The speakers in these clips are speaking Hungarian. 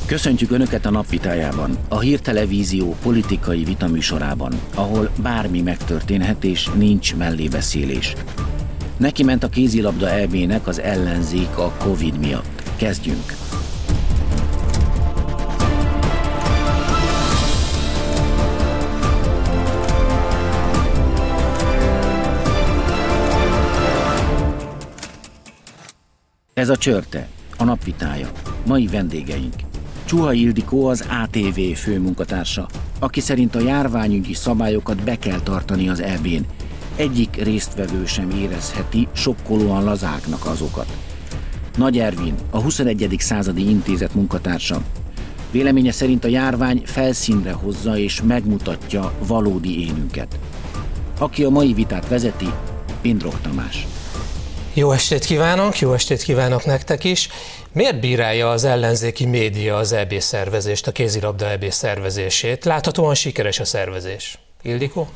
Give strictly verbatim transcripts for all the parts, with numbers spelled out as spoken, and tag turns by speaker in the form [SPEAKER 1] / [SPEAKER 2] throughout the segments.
[SPEAKER 1] Köszöntjük Önöket a Napvitájában, a Hírtelevízió politikai vitaműsorában, ahol bármi megtörténhet és nincs mellébeszélés. Neki ment a kézilabda é bének az ellenzék a Covid miatt. Kezdjünk! Ez a Csörte, a Napvitája. Mai vendégeink. Csuhai Ildikó az á té vé főmunkatársa, aki szerint a járványügyi szabályokat be kell tartani az é bén. Egyik résztvevő sem érezheti sokkolóan lazáknak azokat. Nagy Ervin, a huszonegyedik századi intézet munkatársa. Véleménye szerint a járvány felszínre hozza és megmutatja valódi énünket. Aki a mai vitát vezeti, Pindrok Tamás.
[SPEAKER 2] Jó estét kívánok, jó estét kívánok nektek is. Miért bírálja az ellenzéki média az é bé szervezést, a kézilabda é bé szervezését? Láthatóan sikeres a szervezés. Ildikó?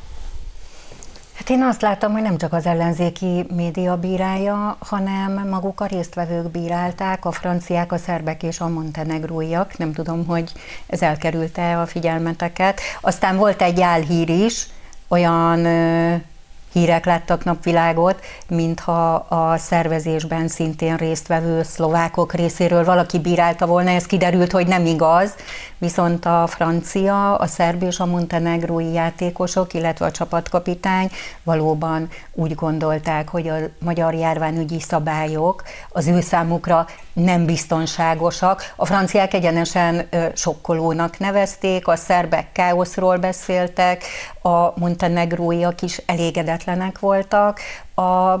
[SPEAKER 3] Hát én azt láttam, hogy nem csak az ellenzéki média bírálja, hanem maguk a résztvevők bírálták, a franciák, a szerbek és a montenegróiak. Nem tudom, hogy ez elkerülte a figyelmeteket. Aztán volt egy álhír is, olyan ö, hírek láttak napvilágot, mintha a szervezésben szintén résztvevő szlovákok részéről valaki bírálta volna, ez kiderült, hogy nem igaz, viszont a francia, a szerb és a montenegrói játékosok, illetve a csapatkapitány valóban úgy gondolták, hogy a magyar járványügyi szabályok az ő számukra nem biztonságosak. A franciák egyenesen ö, sokkolónak nevezték, a szerbek káoszról beszéltek, a montenegróiak is elégedetlenek voltak, a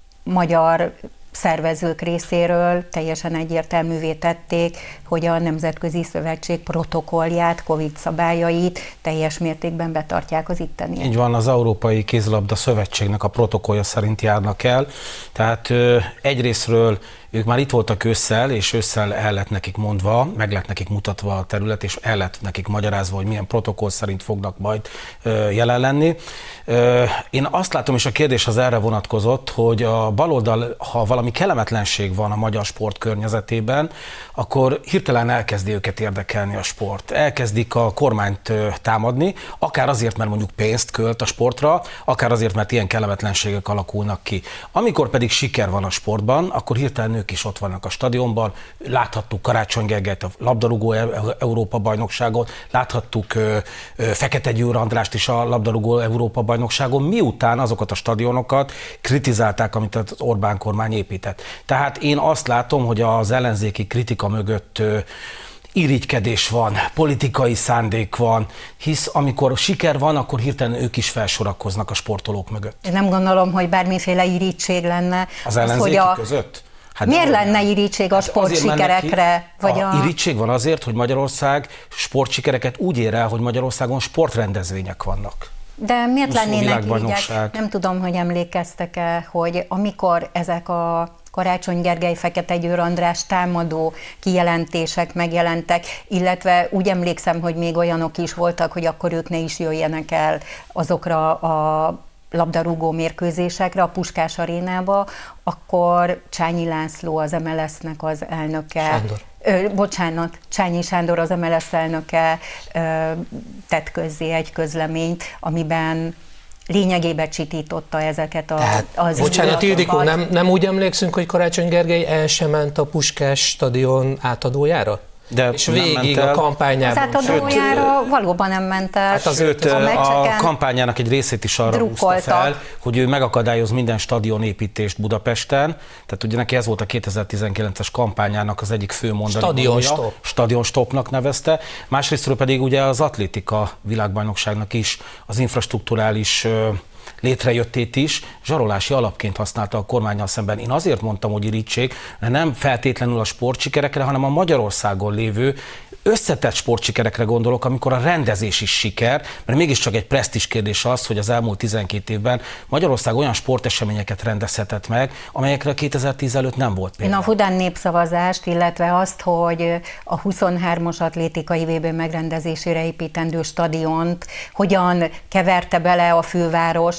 [SPEAKER 3] magyar szervezők részéről teljesen egyértelművé tették, hogy a Nemzetközi Szövetség protokollját, Covid szabályait teljes mértékben betartják az itteniek.
[SPEAKER 4] Így van, az Európai Kézilabda Szövetségnek a protokollja szerint járnak el, tehát ö, egyrészről ők már itt voltak ősszel, és ősszel el lett nekik mondva, meg lett nekik mutatva a terület, és el lett nekik magyarázva, hogy milyen protokoll szerint fognak majd ö, jelen lenni. Ö, én azt látom, és a kérdés az erre vonatkozott, hogy a baloldal, ha valami kellemetlenség van a magyar sport környezetében, akkor hirtelen elkezdi őket érdekelni a sport. Elkezdik a kormányt ö, támadni, akár azért, mert mondjuk pénzt költ a sportra, akár azért, mert ilyen kellemetlenségek alakulnak ki. Amikor pedig siker van a sportban, akkor hirtelen ők is ott vannak a stadionban, láthattuk Karácsony Gergelyt a labdarúgó Európa-bajnokságon, láthattuk ö, ö, Fekete Győr Andrást is a labdarúgó Európa-bajnokságon, miután azokat a stadionokat kritizálták, amit az Orbán kormány épített. Tehát én azt látom, hogy az ellenzéki kritika mögött ö, irigykedés van, politikai szándék van, hisz amikor siker van, akkor hirtelen ők is felsorakoznak a sportolók mögött.
[SPEAKER 3] Én nem gondolom, hogy bármiféle irigység lenne.
[SPEAKER 4] Az ellenzéki
[SPEAKER 3] az, a...
[SPEAKER 4] között? Hát
[SPEAKER 3] miért lenne irigység a hát sportsikerekre?
[SPEAKER 4] Vagy a, a... Irigység van azért, hogy Magyarország sportsikereket úgy ér el, hogy Magyarországon sportrendezvények vannak.
[SPEAKER 3] De miért lennének irigyek? Nem tudom, hogy emlékeztek-e, hogy amikor ezek a Karácsony Gergely, Fekete Győr András támadó kijelentések megjelentek, illetve úgy emlékszem, hogy még olyanok is voltak, hogy akkor ők ne is jöjjenek el azokra a labdarúgó mérkőzésekre, a Puskás arénába, akkor Csányi László, az em el es-nek az elnöke,
[SPEAKER 2] Sándor.
[SPEAKER 3] Ö, bocsánat, Csányi Sándor, az em el es elnöke ö, tett közzé egy közleményt, amiben lényegében csitította ezeket a,
[SPEAKER 2] Tehát,
[SPEAKER 3] az
[SPEAKER 2] bocsánat, Ildikó, nem, nem úgy emlékszünk, hogy Karácsony Gergely el sem ment a Puskás stadion átadójára?
[SPEAKER 4] De
[SPEAKER 2] és végig a kampányában.
[SPEAKER 3] Az átadójára valóban nem ment el.
[SPEAKER 4] Hát Sőt, a, a kampányának egy részét is arra húzta fel, hogy ő megakadályoz minden stadionépítést Budapesten. Tehát ugye neki ez volt a kétezer-tizenkilences kampányának az egyik fő mondani.
[SPEAKER 2] Stadionstop.
[SPEAKER 4] Stadionstopnak nevezte. Másrésztről pedig ugye az atlétika világbajnokságnak is az infrastrukturális létrejöttét is zsarolási alapként használta a kormánnyal szemben. Én azért mondtam, hogy irigység, mert nem feltétlenül a sportsikerekre, hanem a Magyarországon lévő összetett sportsikerekre gondolok, amikor a rendezés is siker, mert mégiscsak egy presztízs kérdés az, hogy az elmúlt tizenkét évben Magyarország olyan sporteseményeket rendezhetett meg, amelyekre kétezer-tíz előtt nem volt például.
[SPEAKER 3] Én a Fudán népszavazást, illetve azt, hogy a huszonhármas atlétikai vé bé megrendezésére építendő stadiont hogyan keverte bele a főváros,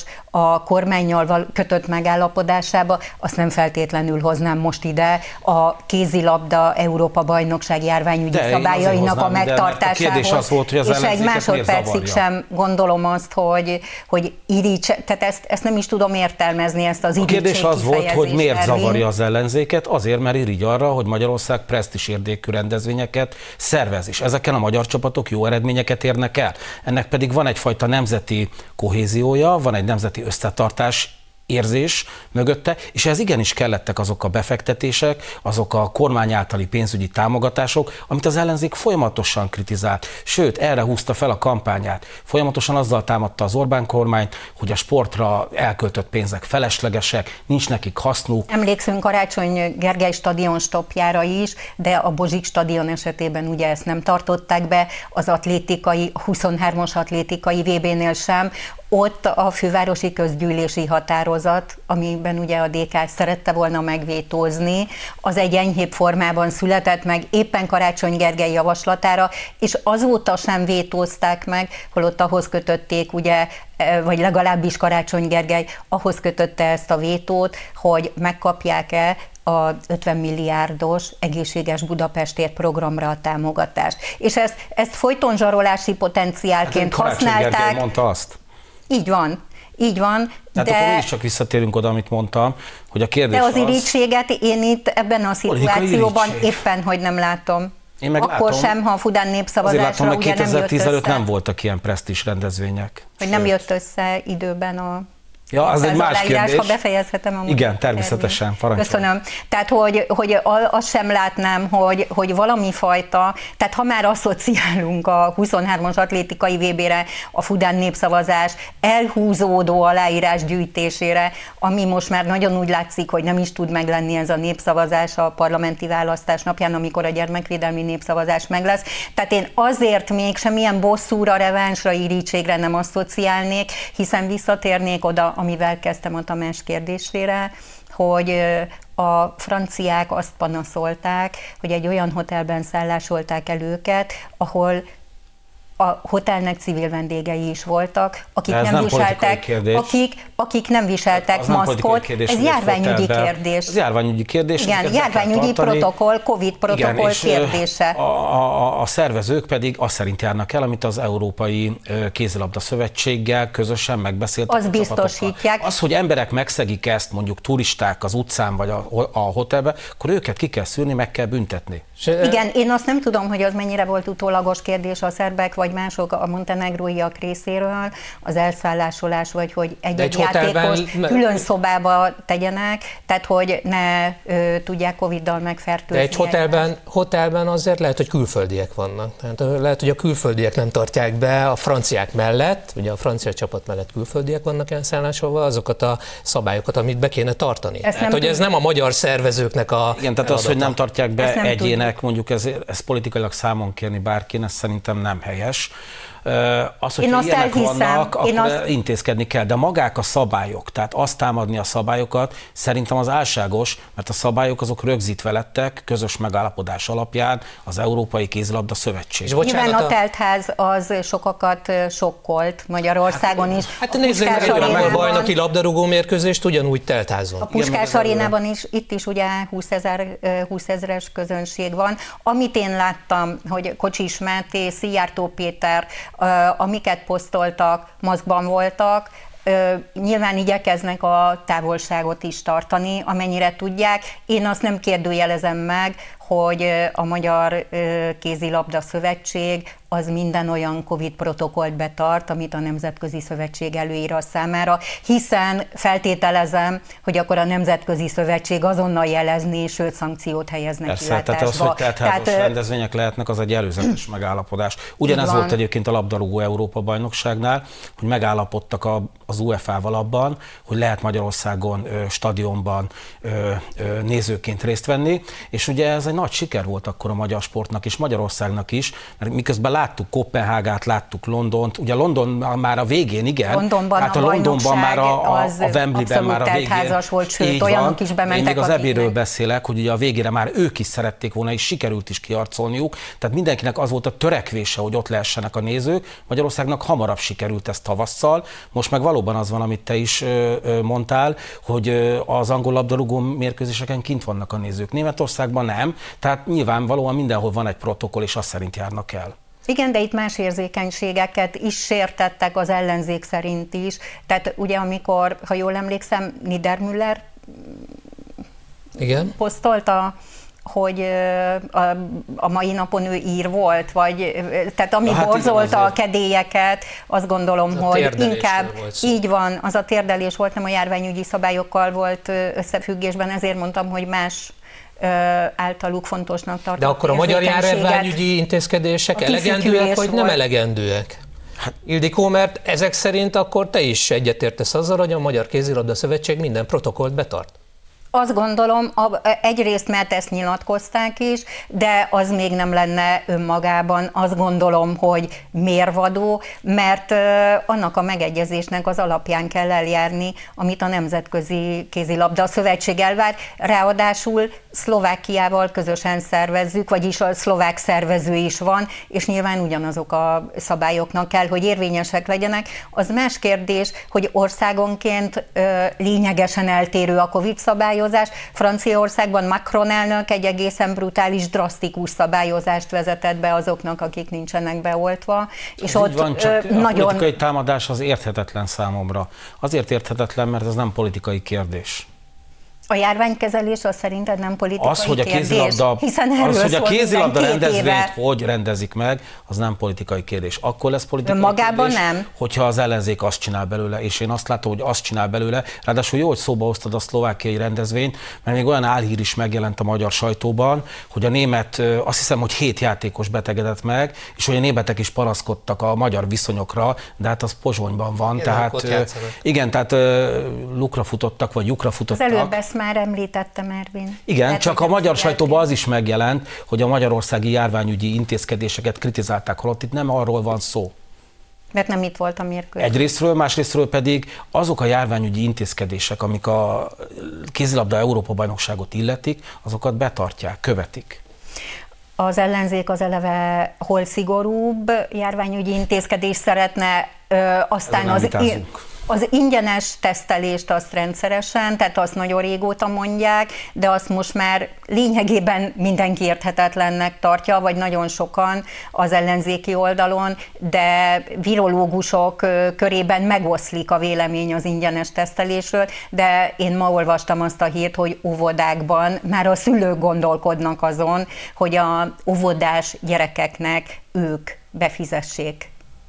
[SPEAKER 3] a kormánnyal kötött megállapodásába, azt nem feltétlenül hoznám most ide a kézilabda Európa-bajnokság járványügyi
[SPEAKER 4] de
[SPEAKER 3] szabályainak a megtartásához.
[SPEAKER 4] A az volt, hogy az
[SPEAKER 3] és egy másodpercig sem gondolom azt, hogy, hogy irigy, tehát ezt, ezt nem is tudom értelmezni, ezt az irigység
[SPEAKER 4] kifejezést. A kérdés az volt, hogy miért
[SPEAKER 3] Ervin.
[SPEAKER 4] zavarja az ellenzéket, azért, mert irigy arra, hogy Magyarország presztízs érdekű rendezvényeket szervez, és ezeken a magyar csapatok jó eredményeket érnek el. Ennek pedig van egyfajta nemzeti kohéziója, van egy nemzeti összetartás érzés mögötte, és ez igenis kellettek azok a befektetések, azok a kormány általi pénzügyi támogatások, amit az ellenzék folyamatosan kritizált, sőt, erre húzta fel a kampányát. Folyamatosan azzal támadta az Orbán kormányt, hogy a sportra elköltött pénzek feleslegesek, nincs nekik hasznuk.
[SPEAKER 3] Emlékszünk Karácsony Gergely stadion stoppjára is, de a Bozsik stadion esetében ugye ezt nem tartották be, az atlétikai, huszonhármas atlétikai vé bénél sem. Ott a fővárosi közgyűlési határozat, amiben ugye a dé ká szerette volna megvétózni, az egy enyhébb formában született meg éppen Karácsony Gergely javaslatára, és azóta sem vétózták meg, holott ahhoz kötötték, ugye, vagy legalábbis Karácsony Gergely ahhoz kötötte ezt a vétót, hogy megkapják-e az ötven milliárdos egészséges Budapestért programra a támogatást. És ezt, ezt folyton zsarolási potenciálként
[SPEAKER 4] hát
[SPEAKER 3] használták.
[SPEAKER 4] Karácsony Gergely mondta azt.
[SPEAKER 3] Így van, így van.
[SPEAKER 4] Tehát
[SPEAKER 3] de...
[SPEAKER 4] akkor is csak visszatérünk oda, amit mondtam, hogy a kérdés
[SPEAKER 3] de az,
[SPEAKER 4] az...
[SPEAKER 3] irítséget én itt ebben a szituációban éppen, hogy nem látom.
[SPEAKER 4] Én meg
[SPEAKER 3] Akkor
[SPEAKER 4] látom,
[SPEAKER 3] sem, ha a Fudán népszavazásra
[SPEAKER 4] látom,
[SPEAKER 3] ugye nem jött össze.
[SPEAKER 4] kétezer-tíz előtt nem voltak ilyen presztízs rendezvények.
[SPEAKER 3] Hogy nem jött össze időben a...
[SPEAKER 4] Ja, az egy más kérdés.
[SPEAKER 3] Ha befejezhetem a
[SPEAKER 4] igen, természetesen, parancsolj.
[SPEAKER 3] Köszönöm. Tehát, hogy, hogy azt sem látnám, hogy, hogy valami fajta, tehát ha már asszociálunk a huszonhármas atlétikai vé bére, a Fudán népszavazás elhúzódó aláírás gyűjtésére, ami most már nagyon úgy látszik, hogy nem is tud meglenni ez a népszavazás a parlamenti választás napján, amikor a gyermekvédelmi népszavazás meg lesz. Tehát én azért még semmilyen bosszúra, revánsra, irítségre nem asszociálnék, hiszen visszatérnék oda, amivel kezdtem a Tamás kérdésére, hogy a franciák azt panaszolták, hogy egy olyan hotelben szállásolták el őket, ahol a hotelnek civil vendégei is voltak, akik nem, nem viseltek, akik, akik nem viseltek az maszkot.
[SPEAKER 4] Nem
[SPEAKER 3] ez járványügyi kérdés.
[SPEAKER 4] Ez járványügyi kérdés.
[SPEAKER 3] Igen, járványügyi protokoll, Covid protokoll igen, kérdése.
[SPEAKER 4] A, a, a szervezők pedig azt szerint járnak el, amit az Európai Kézilabda Szövetséggel közösen megbeszéltek.
[SPEAKER 3] Az biztosítják.
[SPEAKER 4] Az, hogy emberek megszegik ezt, mondjuk turisták az utcán vagy a, a hotelbe, akkor őket ki kell szűrni, meg kell büntetni.
[SPEAKER 3] Igen, én azt nem tudom, hogy az mennyire volt utólagos kérdés a szerbek, vagy mások a montenegróiak részéről, az elszállásolás, vagy hogy egy-egy játékos külön szobába tegyenek, tehát hogy ne ö, tudják Coviddal megfertőzni.
[SPEAKER 2] De egy hotelben, hotelben azért lehet, hogy külföldiek vannak. Tehát lehet, hogy a külföldiek nem tartják be a franciák mellett, ugye a francia csapat mellett külföldiek vannak elszállásolva, azokat a szabályokat, amit be kéne tartani. Ezt tehát, hogy ez nem a magyar szervezőknek a
[SPEAKER 4] igen, tehát az, hogy nem tartják be
[SPEAKER 3] nem
[SPEAKER 4] egyének, tudjuk. Mondjuk ez, ez politikailag számon kérni bárkin, ez szerintem nem helyes. Az, hogy ilyenek elhiszem. vannak, akkor azt... intézkedni kell, de magák a szabályok, tehát azt támadni a szabályokat szerintem az álságos, mert a szabályok azok rögzítve lettek közös megállapodás alapján az Európai Kézilabda Szövetség.
[SPEAKER 3] Nyilván a teltház az sokakat sokkolt Magyarországon
[SPEAKER 2] hát,
[SPEAKER 3] is.
[SPEAKER 2] Hát nézzük meg a bajnoki labdarúgó mérkőzést, ugyanúgy teltházon.
[SPEAKER 3] A Puskás igen, arénában is, itt is ugye húszezres közönség van. Amit én láttam, hogy Kocsis Máté, Szijjártó Péter, amiket posztoltak, maszkban voltak, nyilván igyekeznek a távolságot is tartani, amennyire tudják. Én azt nem kérdőjelezem meg, hogy a Magyar Kézilabda Szövetség az minden olyan Covid protokollt betart, amit a Nemzetközi Szövetség előír a számára, hiszen feltételezem, hogy akkor a Nemzetközi Szövetség azonnal jelezni, sőt szankciót helyeznek
[SPEAKER 4] Persze,
[SPEAKER 3] kilátásba.
[SPEAKER 4] tehát az, hogy teltházas tehát, rendezvények lehetnek, az egy előzetes megállapodás. Ugyanez volt egyébként a labdarúgó Európa-bajnokságnál, hogy megállapodtak a, az u ef á-val abban, hogy lehet Magyarországon ö, stadionban ö, ö, nézőként részt venni, és ugye ez egy egy nagy siker volt akkor a magyar sportnak és Magyarországnak is, mert miközben láttuk Koppenhágát, láttuk Londont, ugye London már a végén, igen,
[SPEAKER 3] Londonban
[SPEAKER 4] hát a,
[SPEAKER 3] a
[SPEAKER 4] Londonban már a, a, a Wembleyben már a végén.
[SPEAKER 3] Volt, sőt, olyanok is bementek.
[SPEAKER 4] Én még az
[SPEAKER 3] akiknek...
[SPEAKER 4] ebéről beszélek, hogy ugye a végére már ők is szerették volna, és sikerült is kiharcolniuk, tehát mindenkinek az volt a törekvése, hogy ott lehessenek a nézők. Magyarországnak hamarabb sikerült ez tavasszal, most meg valóban az van, amit te is mondtál, hogy az angol labdarúgó mérkőzéseken kint vannak a nézők. Németországban nem, tehát nyilvánvalóan mindenhol van egy protokoll, és azt szerint járnak el.
[SPEAKER 3] Igen, de itt más érzékenységeket is sértettek az ellenzék szerint is. Tehát ugye amikor, ha jól emlékszem, Niedermüller
[SPEAKER 2] Igen.
[SPEAKER 3] posztolta, hogy a, a mai napon ő ír volt, vagy tehát ami hát borzolta a kedélyeket, azt gondolom, a hogy inkább így van, az a térdelés volt, nem a járványügyi szabályokkal volt összefüggésben, ezért mondtam, hogy más általuk fontosnak tartott.
[SPEAKER 2] De akkor a magyar járványügyi intézkedések elegendőek, vagy nem elegendőek? Hát, Ildikó, mert ezek szerint akkor te is egyetértesz azzal, hogy a Magyar Kézilabda Szövetség minden protokollt betart?
[SPEAKER 3] Azt gondolom, egyrészt, mert ezt nyilatkozták is, de az még nem lenne önmagában, azt gondolom, hogy mérvadó, mert annak a megegyezésnek az alapján kell eljárni, amit a Nemzetközi Kézilabda Szövetség elvár, ráadásul Szlovákiával közösen szervezzük, vagyis a szlovák szervező is van, és nyilván ugyanazok a szabályoknak kell, hogy érvényesek legyenek. Az más kérdés, hogy országonként ö, lényegesen eltérő a Covid szabályozás. Franciaországban Macron elnök egy egészen brutális, drasztikus szabályozást vezetett be azoknak, akik nincsenek beoltva. És ott
[SPEAKER 4] van, csak
[SPEAKER 3] ö,
[SPEAKER 4] a
[SPEAKER 3] nagyon...
[SPEAKER 4] politikai támadás az érthetetlen számomra. Azért érthetetlen, mert ez nem politikai kérdés.
[SPEAKER 3] A járványkezelés az szerinted nem politikai
[SPEAKER 4] az, hogy a
[SPEAKER 3] kérdés?
[SPEAKER 4] Kézilabda,
[SPEAKER 3] Hiszen
[SPEAKER 4] az, hogy a kézilabda rendezvényt
[SPEAKER 3] éve.
[SPEAKER 4] hogy rendezik meg, az nem politikai kérdés. Akkor lesz politikai
[SPEAKER 3] magában
[SPEAKER 4] kérdés,
[SPEAKER 3] nem.
[SPEAKER 4] hogyha az ellenzék azt csinál belőle, és én azt látom, hogy azt csinál belőle. Ráadásul jó, hogy szóba hoztad a szlovákiai rendezvényt, mert még olyan álhír is megjelent a magyar sajtóban, hogy a német, azt hiszem, hogy hét játékos betegedett meg, és hogy a németek is panaszkodtak a magyar viszonyokra, de hát az Pozsonyban van.
[SPEAKER 2] Igen,
[SPEAKER 4] tehát, igen, tehát lukra futottak, vagy lyukra futottak.
[SPEAKER 3] Az előbb ezt már említettem, Ervin.
[SPEAKER 4] Igen,
[SPEAKER 3] Lehet,
[SPEAKER 4] csak a magyar sajtóban az is megjelent, hogy a magyarországi járványügyi intézkedéseket kritizálták, holott itt nem arról van szó.
[SPEAKER 3] Mert nem itt volt a mérkőzés.
[SPEAKER 4] Egyrésztről, másrésztről pedig azok a járványügyi intézkedések, amik a kézilabda Európa-bajnokságot illetik, azokat betartják, követik.
[SPEAKER 3] Az ellenzék az eleve hol szigorúbb járványügyi intézkedést szeretne, ö, aztán az... Az ingyenes tesztelést azt rendszeresen, tehát azt nagyon régóta mondják, de azt most már lényegében mindenki érthetetlennek tartja, vagy nagyon sokan az ellenzéki oldalon, de virológusok körében megoszlik a vélemény az ingyenes tesztelésről, de én ma olvastam azt a hírt, hogy óvodákban már a szülők gondolkodnak azon, hogy a óvodás gyerekeknek ők befizessék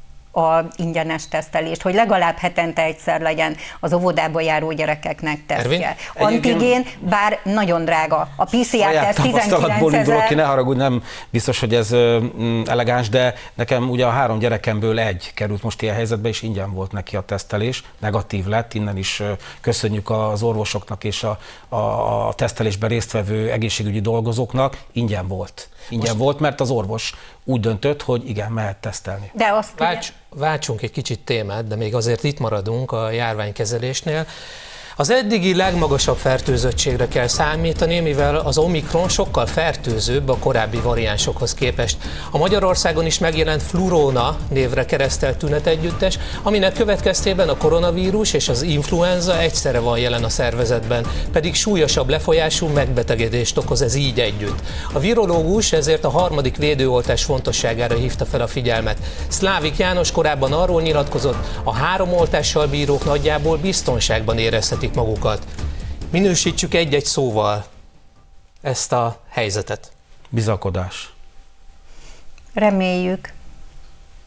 [SPEAKER 3] a ingyenes tesztelést, hogy legalább hetente egyszer legyen az óvodába járó gyerekeknek tesztje. Antigén, bár nagyon drága. A pé cé er-teszt tizenkilencezer...
[SPEAKER 4] indulok ki, ne haragudj, nem biztos, hogy ez mm, elegáns, de nekem ugye a három gyerekemből egy került most ilyen helyzetbe, és ingyen volt neki a tesztelés, negatív lett, innen is köszönjük az orvosoknak és a, a, a tesztelésben résztvevő egészségügyi dolgozóknak, ingyen volt. Ingyen most volt, mert az orvos úgy döntött, hogy igen, mehet tesztelni.
[SPEAKER 3] De azt
[SPEAKER 2] Válts, váltsunk egy kicsit témát, de még azért itt maradunk a járványkezelésnél. Az eddigi legmagasabb fertőzöttségre kell számítani, mivel az Omikron sokkal fertőzőbb a korábbi variánsokhoz képest. A Magyarországon is megjelent Flurona névre keresztelt tünetegyüttes, aminek következtében a koronavírus és az influenza egyszerre van jelen a szervezetben, pedig súlyosabb lefolyású megbetegedést okoz ez így együtt. A virológus ezért a harmadik védőoltás fontosságára hívta fel a figyelmet. Szlávik János korábban arról nyilatkozott, a három oltással bírók nagyjából biztonságban érezhetik magukat. Minősítsük egy-egy szóval ezt a helyzetet.
[SPEAKER 4] Bizakodás.
[SPEAKER 3] Reméljük.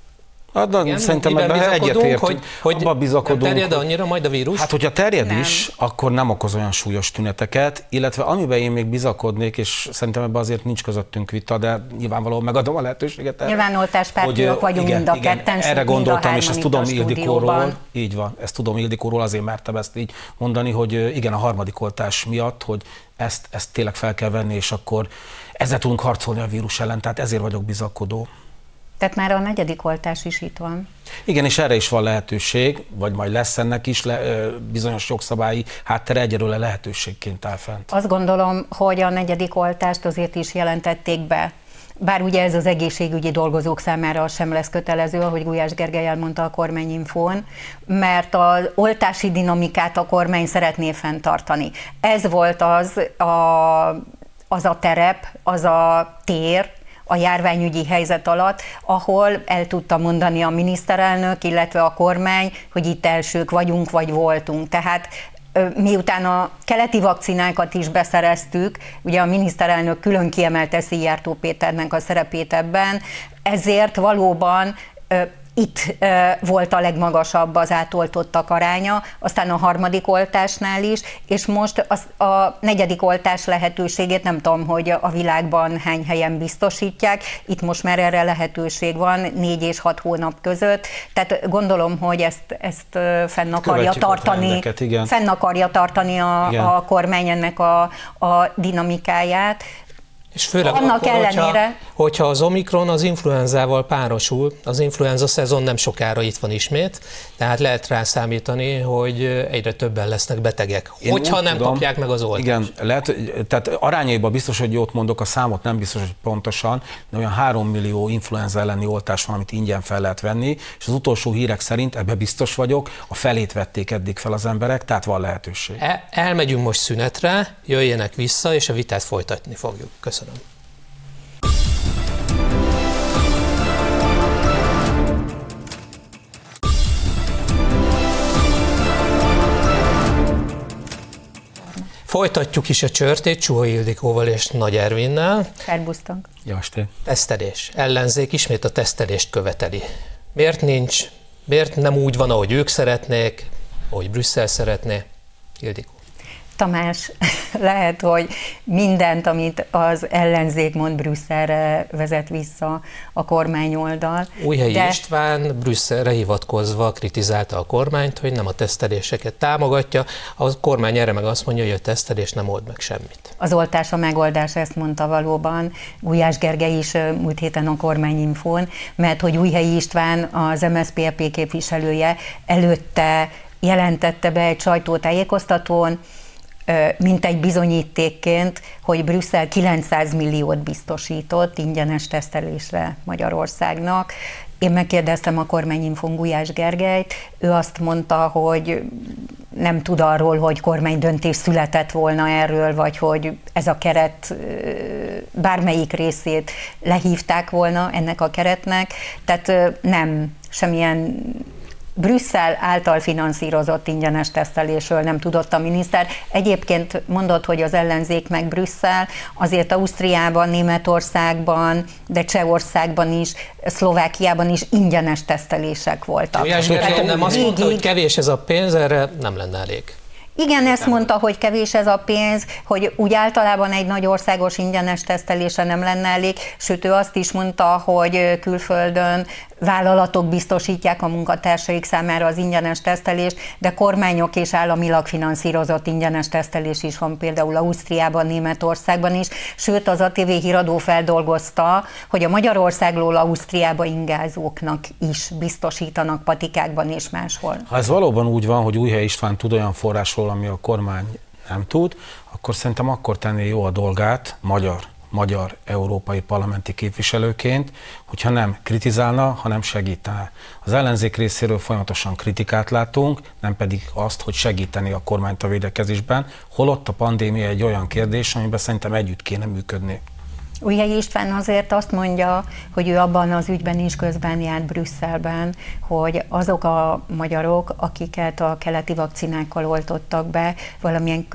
[SPEAKER 4] Hát, de
[SPEAKER 2] igen,
[SPEAKER 4] szerintem ebben
[SPEAKER 2] egyetértünk, hogy, hogy
[SPEAKER 4] abban bizakodunk,
[SPEAKER 2] nem terjed annyira majd a vírus?
[SPEAKER 4] Hát, hogyha terjed
[SPEAKER 3] nem.
[SPEAKER 4] is, akkor nem okoz olyan súlyos tüneteket, illetve amiben én még bizakodnék, és szerintem ebben azért nincs közöttünk vita, de nyilvánvalóan megadom a lehetőséget erre.
[SPEAKER 3] Nyilván oltáspártiak vagyunk
[SPEAKER 4] igen,
[SPEAKER 3] mind a
[SPEAKER 4] igen,
[SPEAKER 3] ketten,
[SPEAKER 4] erre gondoltam, és ezt tudom
[SPEAKER 3] Ildikóról,
[SPEAKER 4] Ildikóról, így van, ezt tudom Ildikóról, azért mertem ezt így mondani, hogy igen, a harmadik oltás miatt, hogy ezt, ezt tényleg fel kell venni, és akkor ezzel tudunk harcolni a vírus ellen, tehát ezért vagyok bizakodó.
[SPEAKER 3] Tehát már a negyedik oltás is itt van.
[SPEAKER 4] Igen, és erre is van lehetőség, vagy majd lesz ennek is le, bizonyos jogszabályi háttere, egyelőre lehetőségként áll fent.
[SPEAKER 3] Azt gondolom, hogy a negyedik oltást azért is jelentették be. Bár ugye ez az egészségügyi dolgozók számára sem lesz kötelező, ahogy Gulyás Gergely elmondta a kormányinfón, mert az oltási dinamikát a kormány szeretné fenntartani. Ez volt az a, az a terep, az a tér, a járványügyi helyzet alatt, ahol el tudta mondani a miniszterelnök, illetve a kormány, hogy itt elsők vagyunk, vagy voltunk. Tehát miután a keleti vakcinákat is beszereztük, ugye a miniszterelnök külön kiemelte Szijjártó Péternek a szerepét ebben, ezért valóban itt volt a legmagasabb az átoltottak aránya, aztán a harmadik oltásnál is, és most az, a negyedik oltás lehetőségét nem tudom, hogy a világban hány helyen biztosítják, itt most már erre lehetőség van négy és hat hónap között, tehát gondolom, hogy ezt, ezt fenn akarja tartani, fenn akarja tartani a, a kormány ennek a, a dinamikáját.
[SPEAKER 2] És főleg
[SPEAKER 3] annak
[SPEAKER 2] akkor,
[SPEAKER 3] ellenére,
[SPEAKER 2] hogyha, hogyha az Omikron az influenzával párosul, az influenza szezon nem sokára itt van ismét, tehát lehet rá számítani, hogy egyre többen lesznek betegek, Én hogyha nem tudom, kapják meg az oltást.
[SPEAKER 4] Igen, lehet, tehát arányaiban biztos, hogy jót mondok, a számot nem biztos, hogy pontosan, de olyan három millió influenza elleni oltás van, amit ingyen fel lehet venni, és az utolsó hírek szerint, ebben biztos vagyok, a felét vették eddig fel az emberek, tehát van lehetőség.
[SPEAKER 2] El, elmegyünk most szünetre, jöjjenek vissza, és a vitát folytatni fogjuk. Köszönöm. Folytatjuk is a csörtét Csuhai Ildikóval és Nagy Ervinnel.
[SPEAKER 3] Szerbusztok.
[SPEAKER 4] Jasté.
[SPEAKER 2] Tesztelés. Ellenzék ismét a tesztelést követeli. Miért nincs? Miért nem úgy van, ahogy ők szeretnék, ahogy Brüsszel szeretné? Ildikó.
[SPEAKER 3] Tamás, lehet, hogy mindent, amit az ellenzék mond, Brüsszelre vezet vissza a kormányoldal.
[SPEAKER 2] Újhelyi
[SPEAKER 3] de...
[SPEAKER 2] István Brüsszelre hivatkozva kritizálta a kormányt, hogy nem a teszteléseket támogatja. A kormány erre meg azt mondja, hogy a tesztelés nem old meg semmit.
[SPEAKER 3] Az oltás a megoldás, ezt mondta valóban Gulyás Gergely is múlt héten a kormányinfón, mert hogy Újhelyi István, az em es zé pé e pé képviselője előtte jelentette be egy sajtótájékoztatón, mint egy bizonyítékként, hogy Brüsszel kilencszáz milliót biztosított ingyenes tesztelésre Magyarországnak. Én megkérdeztem a kormányinfón Gulyás Gergelyt, ő azt mondta, hogy nem tud arról, hogy kormánydöntés született volna erről, vagy hogy ez a keret bármelyik részét lehívták volna ennek a keretnek, tehát nem, semmilyen Brüsszel által finanszírozott ingyenes tesztelésről nem tudott a miniszter. Egyébként mondott, hogy az ellenzék meg Brüsszel, azért Ausztriában, Németországban, de Csehországban is, Szlovákiában is ingyenes tesztelések voltak.
[SPEAKER 2] Gulyás Gergely nem azt mondta, hogy kevés ez a pénz, erre nem lenne elég.
[SPEAKER 3] Igen, ezt mondta, hogy kevés ez a pénz, hogy úgy általában egy nagy országos ingyenes tesztelése nem lenne elég, sőt ő azt is mondta, hogy külföldön vállalatok biztosítják a munkatársaik számára az ingyenes tesztelést, de kormányok és államilag finanszírozott ingyenes tesztelés is van például Ausztriában, Németországban is, sőt az á té vé híradó feldolgozta, hogy a Magyarországról Ausztriába ingázóknak is biztosítanak patikákban és máshol.
[SPEAKER 4] Ha ez valóban úgy van, hogy Újhelyi István tud olyan forrásról, ami a kormány nem tud, akkor szerintem akkor tenné jó a dolgát magyar, magyar európai parlamenti képviselőként, hogyha nem kritizálna, hanem segítene. Az ellenzék részéről folyamatosan kritikát látunk, nem pedig azt, hogy segíteni a kormányt a védekezésben, holott a pandémia egy olyan kérdés, amiben szerintem együtt kéne működni.
[SPEAKER 3] Újhelyi István azért azt mondja, hogy ő abban az ügyben is közben járt Brüsszelben, hogy azok a magyarok, akiket a keleti vakcinákkal oltottak be, valamilyen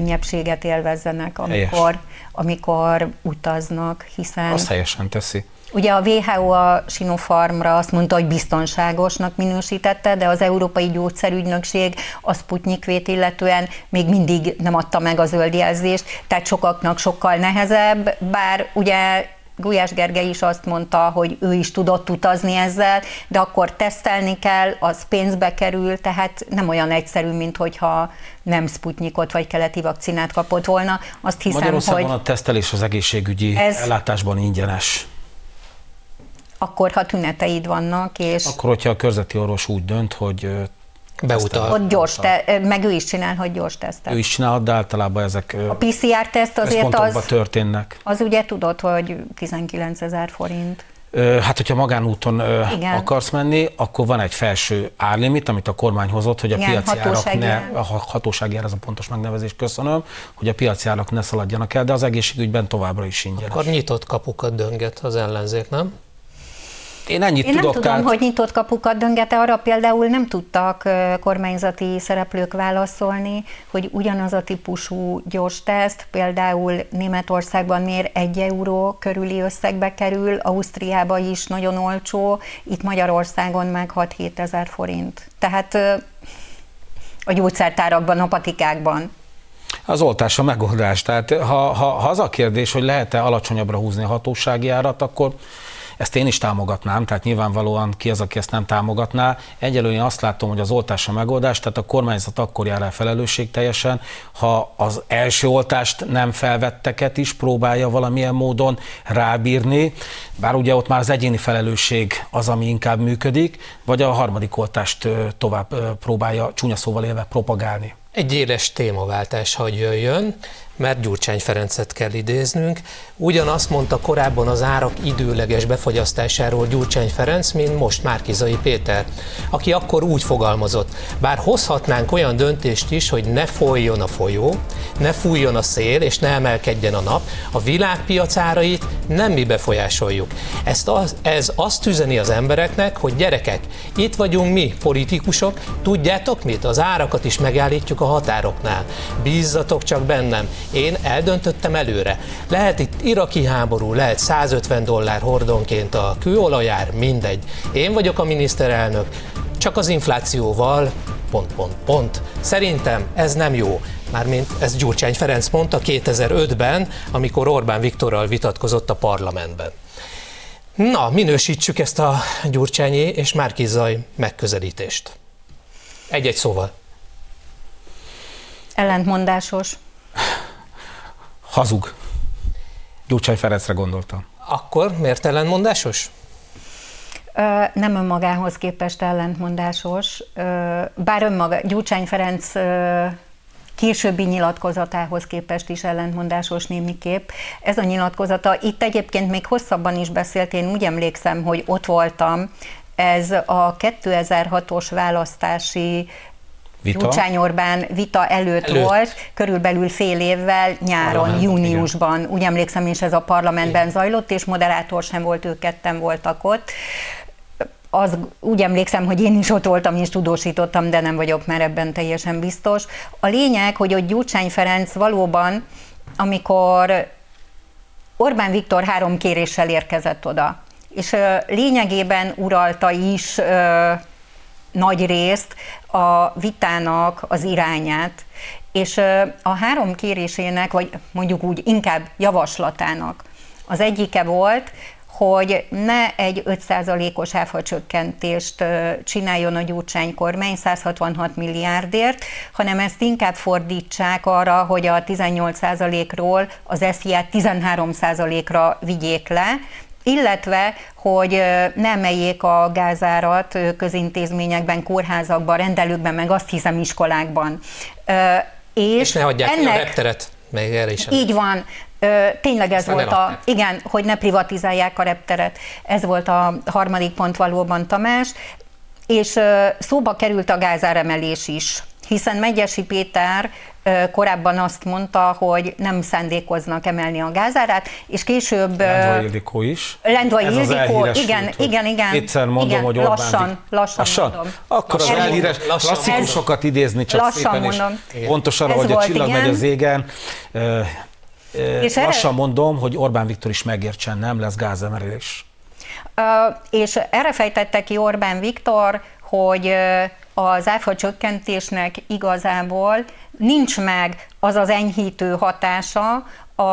[SPEAKER 3] könnyebbséget élvezzenek, amikor, amikor utaznak, hiszen...
[SPEAKER 4] Azt helyesen teszi.
[SPEAKER 3] Ugye a dupla vé há ó a Sinopharmra azt mondta, hogy biztonságosnak minősítette, de az Európai Gyógyszerügynökség a Sputnik V-t illetően még mindig nem adta meg a zöld jelzést, tehát sokaknak sokkal nehezebb, bár ugye Gulyás Gergely is azt mondta, hogy ő is tudott utazni ezzel, de akkor tesztelni kell, az pénzbe kerül, tehát nem olyan egyszerű, mint hogyha nem Sputnikot vagy keleti vakcinát kapott volna. Azt hiszem,
[SPEAKER 4] Magyarországon
[SPEAKER 3] hogy
[SPEAKER 4] a tesztelés az egészségügyi ez ellátásban ingyenes.
[SPEAKER 3] Akkor, ha tüneteid vannak, és...
[SPEAKER 4] Akkor, hogyha a körzeti orvos úgy dönt, hogy
[SPEAKER 2] beutal.
[SPEAKER 3] Ott gyors, te, meg ő is csinál, hogy gyors tesztet.
[SPEAKER 4] Ő is csinálhat, de általában ezek
[SPEAKER 3] a pé cé er teszt azért az,
[SPEAKER 4] történnek.
[SPEAKER 3] Az ugye tudod, hogy tizenkilencezer forint.
[SPEAKER 4] Hát, hogyha magánúton Igen. akarsz menni, akkor van egy felső árlimit, amit a kormány hozott, hogy a Igen, piaci árak ne, a hatósági ár, ez a pontos megnevezés, köszönöm, hogy a piaci árak ne szaladjanak el, de az egészségügyben továbbra is ingyenes.
[SPEAKER 2] Akkor nyitott kapukat dönget az ellenzék, nem?
[SPEAKER 4] Én ennyit
[SPEAKER 3] Én
[SPEAKER 4] tudok,
[SPEAKER 3] nem tudom,
[SPEAKER 4] tehát...
[SPEAKER 3] hogy nyitott kapukat döngete, arra például nem tudtak kormányzati szereplők válaszolni, hogy ugyanaz a típusú gyors teszt például Németországban miért egy euró körüli összegbe kerül, Ausztriában is nagyon olcsó, itt Magyarországon meg hat-hét ezer forint. Tehát a gyógyszertárakban, a patikákban.
[SPEAKER 4] Az oltás a megoldás. Tehát ha, ha, ha az a kérdés, hogy lehet-e alacsonyabbra húzni a hatósági árat, akkor ezt én is támogatnám, tehát nyilvánvalóan ki az, aki ezt nem támogatná. Egyelőre én azt látom, hogy az oltás a megoldás, tehát a kormányzat akkor jár el felelősségteljesen, ha az első oltást nem felvetteket is próbálja valamilyen módon rábírni, bár ugye ott már az egyéni felelősség az, ami inkább működik, vagy a harmadik oltást tovább próbálja csúnya szóval élve propagálni.
[SPEAKER 2] Egy éles témaváltás, hogy jöjjön, mert Gyurcsány Ferencet kell idéznünk. Ugyanazt mondta korábban az árak időleges befagyasztásáról Gyurcsány Ferenc, mint most Márki-Zay Péter, aki akkor úgy fogalmazott, bár hozhatnánk olyan döntést is, hogy ne folyjon a folyó, ne fújjon a szél és ne emelkedjen a nap, a világpiac árait nem mi befolyásoljuk. Ezt az, ez azt üzeni az embereknek, hogy gyerekek, itt vagyunk mi, politikusok, tudjátok mit? Az árakat is megállítjuk a határoknál. Bízzatok csak bennem. Én eldöntöttem előre. Lehet itt iraki háború, lehet százötven dollár hordonként a kőolajár, mindegy. Én vagyok a miniszterelnök, csak az inflációval, pont, pont, pont. Szerintem ez nem jó. Mármint ezt Gyurcsány Ferenc mondta kétezer-ötben, amikor Orbán Viktorral vitatkozott a parlamentben. Na, minősítsük ezt a Gyurcsányi és Márki-Zay megközelítést. Egy-egy szóval.
[SPEAKER 3] Ellentmondásos.
[SPEAKER 4] Hazug. Gyurcsány Ferencre gondoltam.
[SPEAKER 2] Akkor miért ellentmondásos?
[SPEAKER 3] Ö, nem önmagához képest ellentmondásos, ö, bár önmaga, Gyurcsány Ferenc ö, későbbi nyilatkozatához képest is ellentmondásos némiképp. Ez a nyilatkozata, itt egyébként még hosszabban is beszélt, én úgy emlékszem, hogy ott voltam, ez a kétezer-hatos választási Vita. Gyurcsány-Orbán vita előtt, előtt volt, körülbelül fél évvel, nyáron, Parlament, júniusban. Igen. Úgy emlékszem, és ez a parlamentben igen. zajlott, és moderátor sem volt, ők ketten voltak ott. Az, úgy emlékszem, hogy én is ott voltam, és tudósítottam, de nem vagyok már ebben teljesen biztos. A lényeg, hogy ott Gyurcsány Ferenc valóban, amikor Orbán Viktor három kéréssel érkezett oda, és lényegében uralta is nagy részt a vitának az irányát, és a három kérésének, vagy mondjuk úgy inkább javaslatának az egyike volt, hogy ne egy öt százalékos áfacsökkentést csináljon a Gyurcsány kormány száz hatvanhat milliárdért, hanem ezt inkább fordítsák arra, hogy a tizennyolc százalékról az es zé i á-t tizenhárom százalékra vigyék le, illetve, hogy ne emeljék a gázárat közintézményekben, kórházakban, rendelőkben, meg azt hiszem iskolákban.
[SPEAKER 2] És, és ne hagyják ennek, ki a repteret, meg erre is.
[SPEAKER 3] Így van. Tényleg ez Aztán volt a, igen, hogy ne privatizálják a repteret. Ez volt a harmadik pont valóban, Tamás. És szóba került a gázáremelés is, hiszen Medgyessy Péter korábban azt mondta, hogy nem szándékoznak emelni a gázárát, és később...
[SPEAKER 4] Lendvai Ildikó is.
[SPEAKER 3] Lendvai Ildikó, igen, út, igen, igen.
[SPEAKER 4] Kétszer mondom,
[SPEAKER 3] igen,
[SPEAKER 4] hogy Orbán...
[SPEAKER 3] Lassan, lassan, lassan mondom.
[SPEAKER 4] Akkor lassan, az elhíres klasszikusokat idézni csak
[SPEAKER 3] lassan
[SPEAKER 4] szépen,
[SPEAKER 3] mondom.
[SPEAKER 4] és pontos arra, hogy a csillag igen. megy az égen. És lassan erre... mondom, hogy Orbán Viktor is megértsen, nem lesz gázemelés.
[SPEAKER 3] És erre fejtette ki Orbán Viktor, hogy az áfa csökkentésnek igazából nincs meg az az enyhítő hatása a,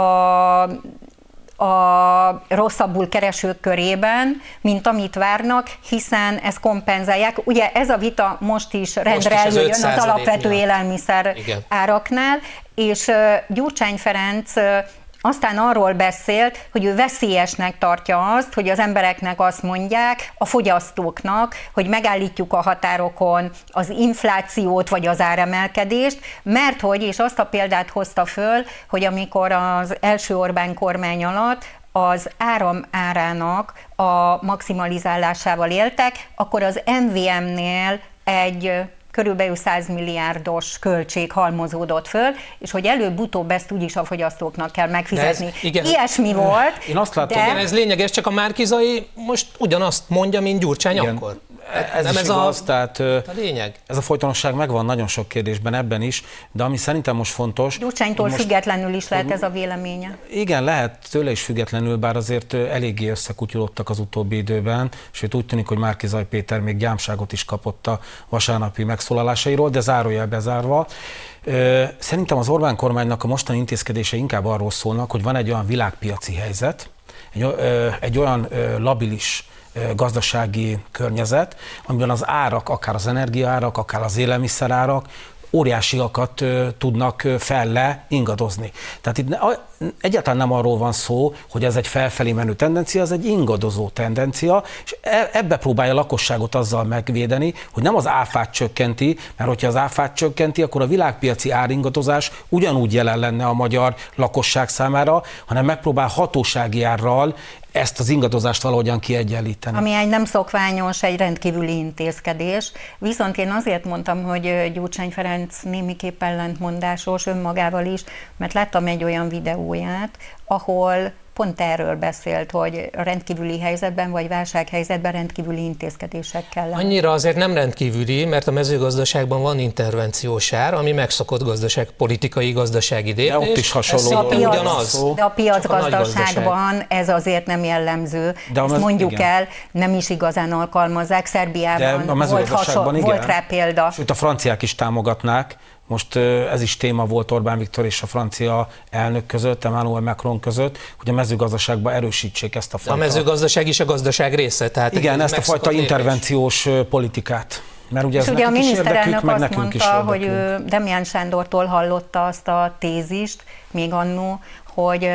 [SPEAKER 3] a rosszabbul keresők körében, mint amit várnak, hiszen ezt kompenzálják. Ugye ez a vita most is rendre előjön az, az alapvető élelmiszer Igen. áraknál, és Gyurcsány Ferenc aztán arról beszélt, hogy ő veszélyesnek tartja azt, hogy az embereknek azt mondják, a fogyasztóknak, hogy megállítjuk a határokon az inflációt vagy az áremelkedést, mert hogy, és azt a példát hozta föl, hogy amikor az első Orbán kormány alatt az áram árának a maximalizálásával éltek, akkor az em vé em-nél egy körülbelül száz milliárdos költség halmozódott föl, és hogy előbb-utóbb ezt úgyis a fogyasztóknak kell megfizetni. Ez, igen, Ilyesmi volt.
[SPEAKER 4] Én azt látom,
[SPEAKER 2] de... igen, ez lényeges, csak a Márki-Zay most ugyanazt mondja, mint Gyurcsány igen. akkor.
[SPEAKER 4] Ez nem is ez igaz, a, tehát
[SPEAKER 2] a lényeg.
[SPEAKER 4] Ez a folytonosság megvan nagyon sok kérdésben, ebben is, de ami szerintem most fontos...
[SPEAKER 3] Gyurcsánytól most, függetlenül is lehet ez a véleménye.
[SPEAKER 4] Igen, lehet tőle is függetlenül, bár azért eléggé összekutyulottak az utóbbi időben, sőt úgy tűnik, hogy Márki-Zay Péter még gyámságot is kapott a vasárnapi megszólalásairól, de zárójel bezárva. Szerintem az Orbán kormánynak a mostani intézkedése inkább arról szólnak, hogy van egy olyan világpiaci helyzet, egy, egy olyan labilis gazdasági környezet, amiben az árak, akár az energiaárak, akár az élelmiszerárak óriásiakat tudnak felle ingadozni. Tehát itt egyáltalán nem arról van szó, hogy ez egy felfelé menő tendencia, ez egy ingadozó tendencia, és ebbe próbálja a lakosságot azzal megvédeni, hogy nem az áfát csökkenti, mert hogyha az áfát csökkenti, akkor a világpiaci áringadozás ugyanúgy jelen lenne a magyar lakosság számára, hanem megpróbál hatósági árral ezt az ingadozást valahogyan kiegyenlíteni.
[SPEAKER 3] Ami egy nem szokványos, egy rendkívüli intézkedés. Viszont én azért mondtam, hogy Gyurcsány Ferenc némiképp ellentmondásos önmagával is, mert láttam egy olyan videóját, ahol pont erről beszélt, hogy rendkívüli helyzetben vagy válsághelyzetben rendkívüli intézkedések kellene.
[SPEAKER 2] Annyira azért nem rendkívüli, mert a mezőgazdaságban van intervenciós ár, ami megszokott gazdaságpolitikai, gazdasági lépés.
[SPEAKER 4] De ott is hasonló.
[SPEAKER 3] A piac, ugyanaz. De a piacgazdaságban ez azért nem jellemző. De ezt mondjuk igen. el, nem is igazán alkalmazzák. Szerbiában volt, hasonló, volt rá példa.
[SPEAKER 4] Sőt, a franciák is támogatnák. Most ez is téma volt Orbán Viktor és a francia elnök között, Emmanuel Macron között, hogy a mezőgazdaságban erősítsék ezt a fajta...
[SPEAKER 2] A mezőgazdaság is a gazdaság része, tehát...
[SPEAKER 4] Igen, ezt a fajta lépés. intervenciós politikát. Mert ugye ez
[SPEAKER 3] és ugye a miniszterelnök
[SPEAKER 4] meg
[SPEAKER 3] azt mondta, hogy ő Demján Sándortól hallotta azt a tézist, még annó, hogy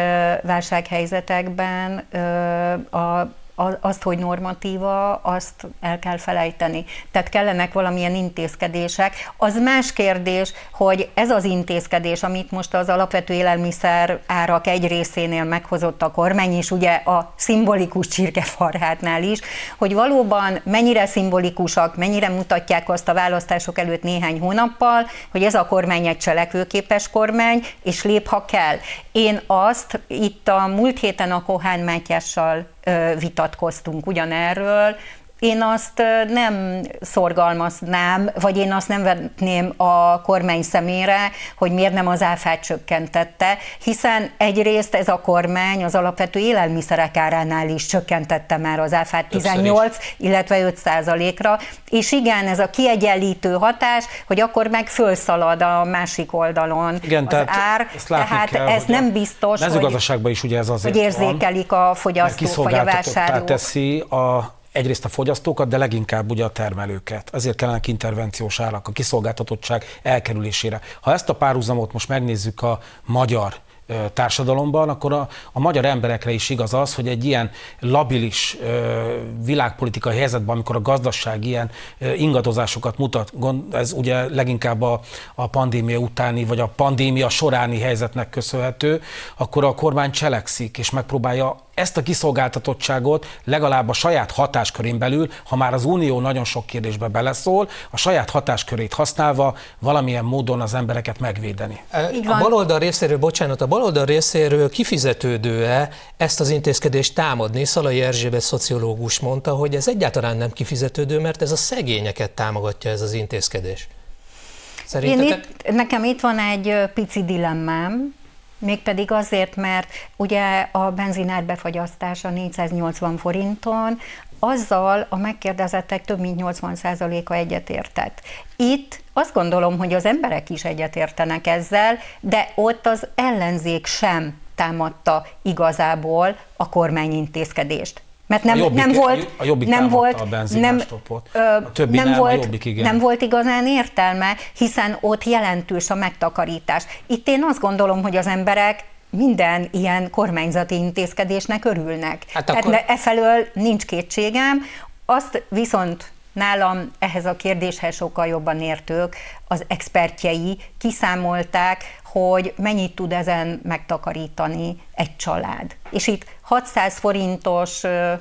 [SPEAKER 3] válsághelyzetekben a azt, hogy normatíva, azt el kell felejteni. Tehát kellenek valamilyen intézkedések. Az más kérdés, hogy ez az intézkedés, amit most az alapvető élelmiszer árak egy részénél meghozott a kormány, és ugye a szimbolikus csirkefarhátnál is, hogy valóban mennyire szimbolikusak, mennyire mutatják azt a választások előtt néhány hónappal, hogy ez a kormány egy cselekvőképes kormány, és lép, ha kell. Én azt itt a múlt héten a Kohán Mátyással vitatkoztunk ugyanerről. Én azt nem szorgalmaznám, vagy én azt nem vetném a kormány szemére, hogy miért nem az áfát csökkentette, hiszen egyrészt ez a kormány az alapvető élelmiszerek áránál is csökkentette már az áfát tizennyolc, illetve öt százalékra, és igen, ez a kiegyenlítő hatás, hogy akkor meg fölszalad a másik oldalon
[SPEAKER 4] igen,
[SPEAKER 3] az
[SPEAKER 4] tehát
[SPEAKER 3] ár, tehát
[SPEAKER 4] kell,
[SPEAKER 3] ez nem biztos,
[SPEAKER 4] mezőgazdaságban is ugye ez azért
[SPEAKER 3] hogy érzékelik
[SPEAKER 4] van,
[SPEAKER 3] a fogyasztók vagy a vásárlók.
[SPEAKER 4] teszi a egyrészt a fogyasztókat, de leginkább ugye a termelőket. Ezért kellenek intervenciós árak a kiszolgáltatottság elkerülésére. Ha ezt a párhuzamot most megnézzük a magyar társadalomban, akkor a, a magyar emberekre is igaz az, hogy egy ilyen labilis ö, világpolitikai helyzetben, amikor a gazdaság ilyen ö, ingadozásokat mutat, gond, ez ugye leginkább a, a pandémia utáni, vagy a pandémia soráni helyzetnek köszönhető, akkor a kormány cselekszik, és megpróbálja ezt a kiszolgáltatottságot legalább a saját hatáskörén belül, ha már az Unió nagyon sok kérdésbe beleszól, a saját hatáskörét használva valamilyen módon az embereket megvédeni.
[SPEAKER 2] A baloldal részéről, bocsánat, a baloldal részéről kifizetődő-e ezt az intézkedést támadni? Szalai Erzsébet szociológus mondta, hogy ez egyáltalán nem kifizetődő, mert ez a szegényeket támogatja ez az intézkedés.
[SPEAKER 3] Szerintetek? Én itt, nekem itt van egy pici dilemmám, Mégpedig azért, mert ugye a benzinár befagyasztása négyszáznyolcvan forinton, azzal a megkérdezettek több mint nyolcvan százaléka egyetértett. Itt azt gondolom, hogy az emberek is egyetértenek ezzel, de ott az ellenzék sem támadta igazából a kormányintézkedést. Mert nem,
[SPEAKER 4] Jobbik,
[SPEAKER 3] nem volt,
[SPEAKER 4] a Jobbik
[SPEAKER 3] nem volt,
[SPEAKER 4] a benzinárstoppot. A többi
[SPEAKER 3] nem,
[SPEAKER 4] nem,
[SPEAKER 3] volt,
[SPEAKER 4] a Jobbik igen.
[SPEAKER 3] nem volt igazán értelme, hiszen ott jelentős a megtakarítás. Itt én azt gondolom, hogy az emberek minden ilyen kormányzati intézkedésnek örülnek. Hát akkor... Tehát efelől nincs kétségem, azt viszont nálam ehhez a kérdéshez sokkal jobban értők, az expertjei kiszámolták, hogy mennyit tud ezen megtakarítani egy család. És itt hatszáz forintos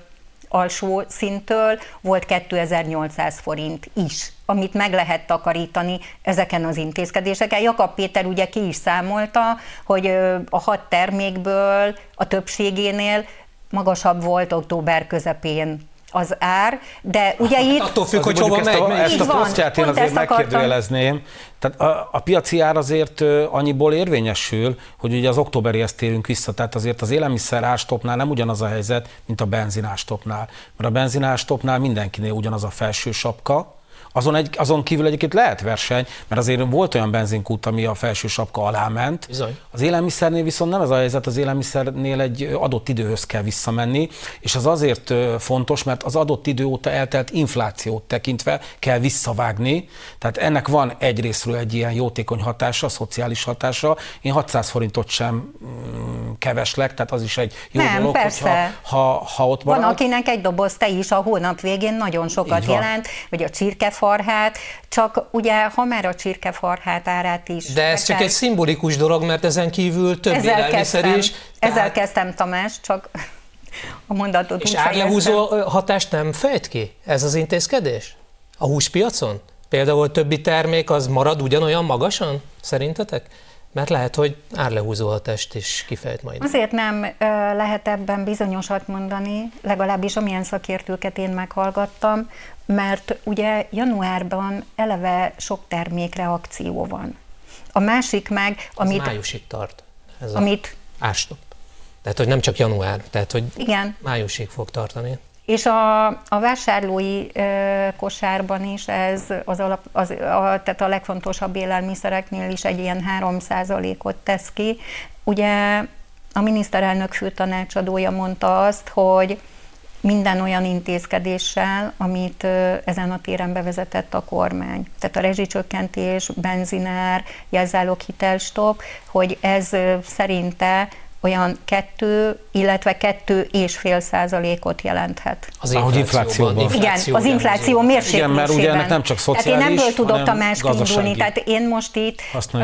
[SPEAKER 3] alsó szinttől volt kétezer-nyolcszáz forint is, amit meg lehet takarítani ezeken az intézkedéseken. Jakab Péter ugye ki is számolta, hogy a hat termékből a többségénél magasabb volt október közepén az ár, de ugye itt...
[SPEAKER 2] Attól függ, hogy hova megy.
[SPEAKER 4] A, ezt a posztját én azért megkérdőjelezném. Tehát a, a piaci ár azért annyiból érvényesül, hogy ugye az októberihez térünk vissza, tehát azért az élelmiszer árstoppnál nem ugyanaz a helyzet, mint a benzinárstoppnál. Mert a benzinárstoppnál mindenkinél ugyanaz a felső sapka, Azon, egy, azon kívül egyébként lehet verseny, mert azért volt olyan benzinkút, ami a felső sapka alá ment.
[SPEAKER 2] Bizony.
[SPEAKER 4] Az élelmiszernél viszont nem ez a helyzet, az élelmiszernél egy adott időhöz kell visszamenni, és az azért fontos, mert az adott idő óta eltelt inflációt tekintve kell visszavágni, tehát ennek van egyrészről egy ilyen jótékony hatása, szociális hatása. Én hatszáz forintot sem mm, keveslek, tehát az is egy jó
[SPEAKER 3] nem,
[SPEAKER 4] dolog, hogyha, ha, ha ott marad.
[SPEAKER 3] Van, akinek egy doboz tej is a hónap végén nagyon sokat jelent, vagy a csirkefarhát, csak ugye, ha már a csirkefarhát árát is...
[SPEAKER 2] De ez csak egy szimbolikus dolog, mert ezen kívül több
[SPEAKER 3] ezzel
[SPEAKER 2] élelmiszer
[SPEAKER 3] kezdtem,
[SPEAKER 2] is.
[SPEAKER 3] Ezzel
[SPEAKER 2] tehát...
[SPEAKER 3] kezdtem, Tamás, csak a mondatot
[SPEAKER 2] És
[SPEAKER 3] úgy
[SPEAKER 2] árlehúzó hatást nem fejt ki ez az intézkedés? A húspiacon? Például a többi termék az marad ugyanolyan magasan, szerintetek? Mert lehet, hogy árlehúzó hatást is kifejt majd.
[SPEAKER 3] Azért nem lehet ebben bizonyosat mondani, legalábbis amilyen szakértőket én meghallgattam, mert ugye januárban eleve sok termékre akció van. A másik meg, amit...
[SPEAKER 2] Ez májusig tart, ez
[SPEAKER 3] amit,
[SPEAKER 2] a árstopp. Tehát, hogy nem csak január, tehát, hogy
[SPEAKER 3] igen.
[SPEAKER 2] májusig fog tartani.
[SPEAKER 3] És a, a vásárlói ö, kosárban is ez az alap, az, a, tehát a legfontosabb élelmiszereknél is egy ilyen három százalékot tesz ki. Ugye a miniszterelnök főtanácsadója mondta azt, hogy minden olyan intézkedéssel, amit ö, ezen a téren bevezetett a kormány, tehát a rezsicsökkentés, benzinár, jelzáloghitelstopp, hogy ez ö, szerinte olyan kettő, illetve kettő és fél százalékot jelenthet.
[SPEAKER 2] Az inflációban.
[SPEAKER 3] Igen, az infláció mérséklésében.
[SPEAKER 4] Igen, mert ugye ennek nem csak szociális,
[SPEAKER 3] tehát én ebből tudok, Tamás, kiindulni, tehát én most itt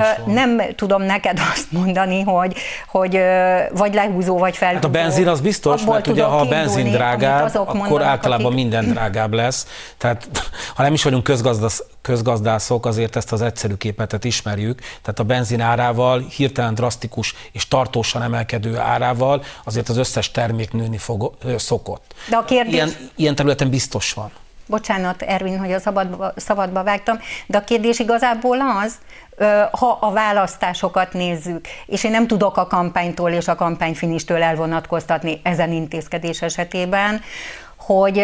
[SPEAKER 3] nem tudom neked azt mondani, hogy, hogy vagy lehúzó, vagy felhúzó.
[SPEAKER 4] Hát a benzin az biztos, mert ugye ha a benzin drágább, akkor mondanak, általában akik... minden drágább lesz. Tehát ha nem is vagyunk közgazdasz, közgazdászok, azért ezt az egyszerű képletet ismerjük. Tehát a benzin árával hirtelen drasztikus és tartósan emelkedő árával azért az összes termék nőni fog, szokott.
[SPEAKER 3] De a kérdés...
[SPEAKER 4] ilyen, ilyen területen biztos van.
[SPEAKER 3] Bocsánat, Ervin, hogy a szabadba, szabadba vágtam, de a kérdés igazából az, ha a választásokat nézzük, és én nem tudok a kampánytól és a kampányfinistől elvonatkoztatni ezen intézkedés esetében, hogy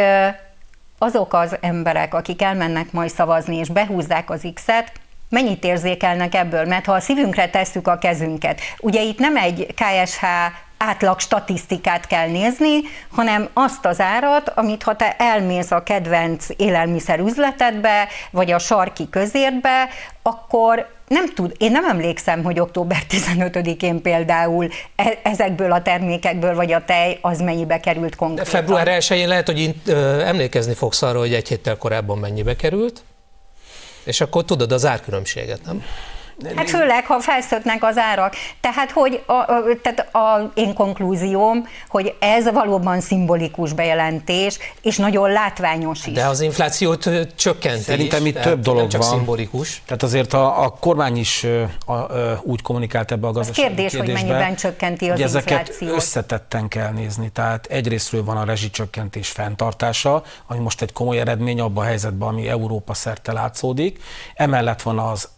[SPEAKER 3] azok az emberek, akik elmennek majd szavazni és behúzzák az X-et, mennyit érzékelnek ebből, mert ha a szívünkre tesszük a kezünket, ugye itt nem egy ká es há átlag statisztikát kell nézni, hanem azt az árat, amit ha te elmész a kedvenc élelmiszer üzletedbe, vagy a sarki közértbe, akkor nem tud, én nem emlékszem, hogy október tizenötödikén például e- ezekből a termékekből, vagy a tej, az mennyibe került konkrétan.
[SPEAKER 2] De február elsején lehet, hogy int, ö, emlékezni fogsz arra, hogy egy héttel korábban mennyibe került, és akkor tudod az árkülönbséget, nem?
[SPEAKER 3] Hát főleg, ha felszöknek az árak. Tehát, hogy a, a, tehát a, én konklúzióm, hogy ez valóban szimbolikus bejelentés, és nagyon látványos is.
[SPEAKER 2] De az inflációt csökkenti.
[SPEAKER 4] Szerintem itt több dolog van. Szimbolikus. Tehát azért a, a kormány is a, a, úgy kommunikált ebbe a gazdasági
[SPEAKER 3] kérdés,
[SPEAKER 4] kérdésbe,
[SPEAKER 3] hogy mennyiben csökkenti az
[SPEAKER 4] inflációt.
[SPEAKER 3] inflációt.
[SPEAKER 4] Összetetten kell nézni. Tehát egyrésztről van a rezsicsökkentés fenntartása, ami most egy komoly eredmény abban a helyzetben, ami Európa szerte látszódik. Emellett van az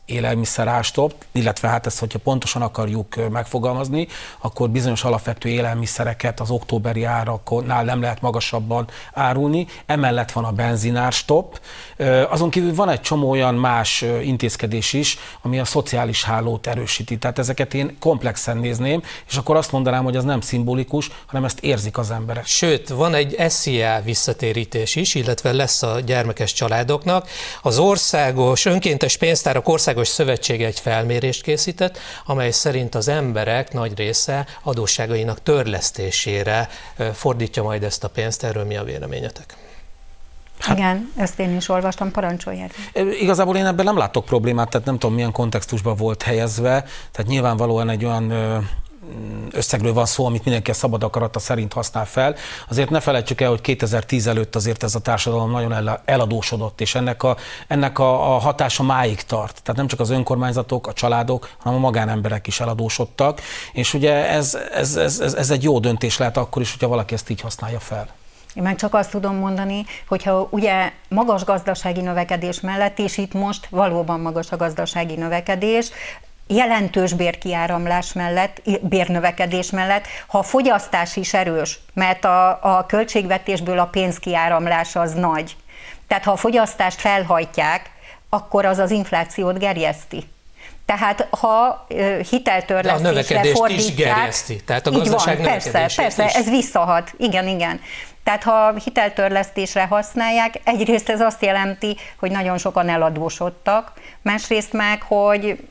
[SPEAKER 4] élelmiszerástop, illetve hát ezt, hogyha pontosan akarjuk megfogalmazni, akkor bizonyos alapvető élelmiszereket az októberi áraknál nem lehet magasabban árulni. Emellett van a benzinárstop. Azon kívül van egy csomó olyan más intézkedés is, ami a szociális hálót erősíti. Tehát ezeket én komplexen nézném, és akkor azt mondanám, hogy az nem szimbolikus, hanem ezt érzik az emberek.
[SPEAKER 2] Sőt, van egy es zé á visszatérítés is, illetve lesz a gyermekes családoknak. Az Országos Önkéntes Pénztárak Országos Szövetsége egy felmérést készített, amely szerint az emberek nagy része adósságainak törlesztésére fordítja majd ezt a pénzt. Erről mi a véleményetek?
[SPEAKER 3] Hát, igen, ezt én is olvastam, parancsolják.
[SPEAKER 4] Igazából én ebben nem látok problémát, tehát nem tudom, milyen kontextusban volt helyezve, tehát nyilvánvalóan egy olyan összegről van szó, amit mindenki a szabad akarata szerint használ fel. Azért ne felejtsük el, hogy kétezer-tíz előtt azért ez a társadalom nagyon eladósodott, és ennek a, ennek a, a hatása máig tart. Tehát nem csak az önkormányzatok, a családok, hanem a magánemberek is eladósodtak, és ugye ez, ez, ez, ez, ez egy jó döntés lehet akkor is, hogyha valaki ezt így használja fel.
[SPEAKER 3] Én meg csak azt tudom mondani, hogyha ugye magas gazdasági növekedés mellett, és itt most valóban magas a gazdasági növekedés, jelentős bérkiáramlás mellett, bérnövekedés mellett, ha a fogyasztás is erős, mert a, a költségvetésből a pénzkiáramlás az nagy. Tehát ha a fogyasztást felhajtják, akkor az az inflációt gerjeszti. Tehát ha uh, hiteltörlesztésre fordítják... is
[SPEAKER 2] gerjeszti, tehát a gazdaság
[SPEAKER 3] van, persze, persze,
[SPEAKER 2] is.
[SPEAKER 3] Ez visszahat, igen, igen. Tehát ha hiteltörlesztésre használják, egyrészt ez azt jelenti, hogy nagyon sokan eladósodtak, másrészt meg, hogy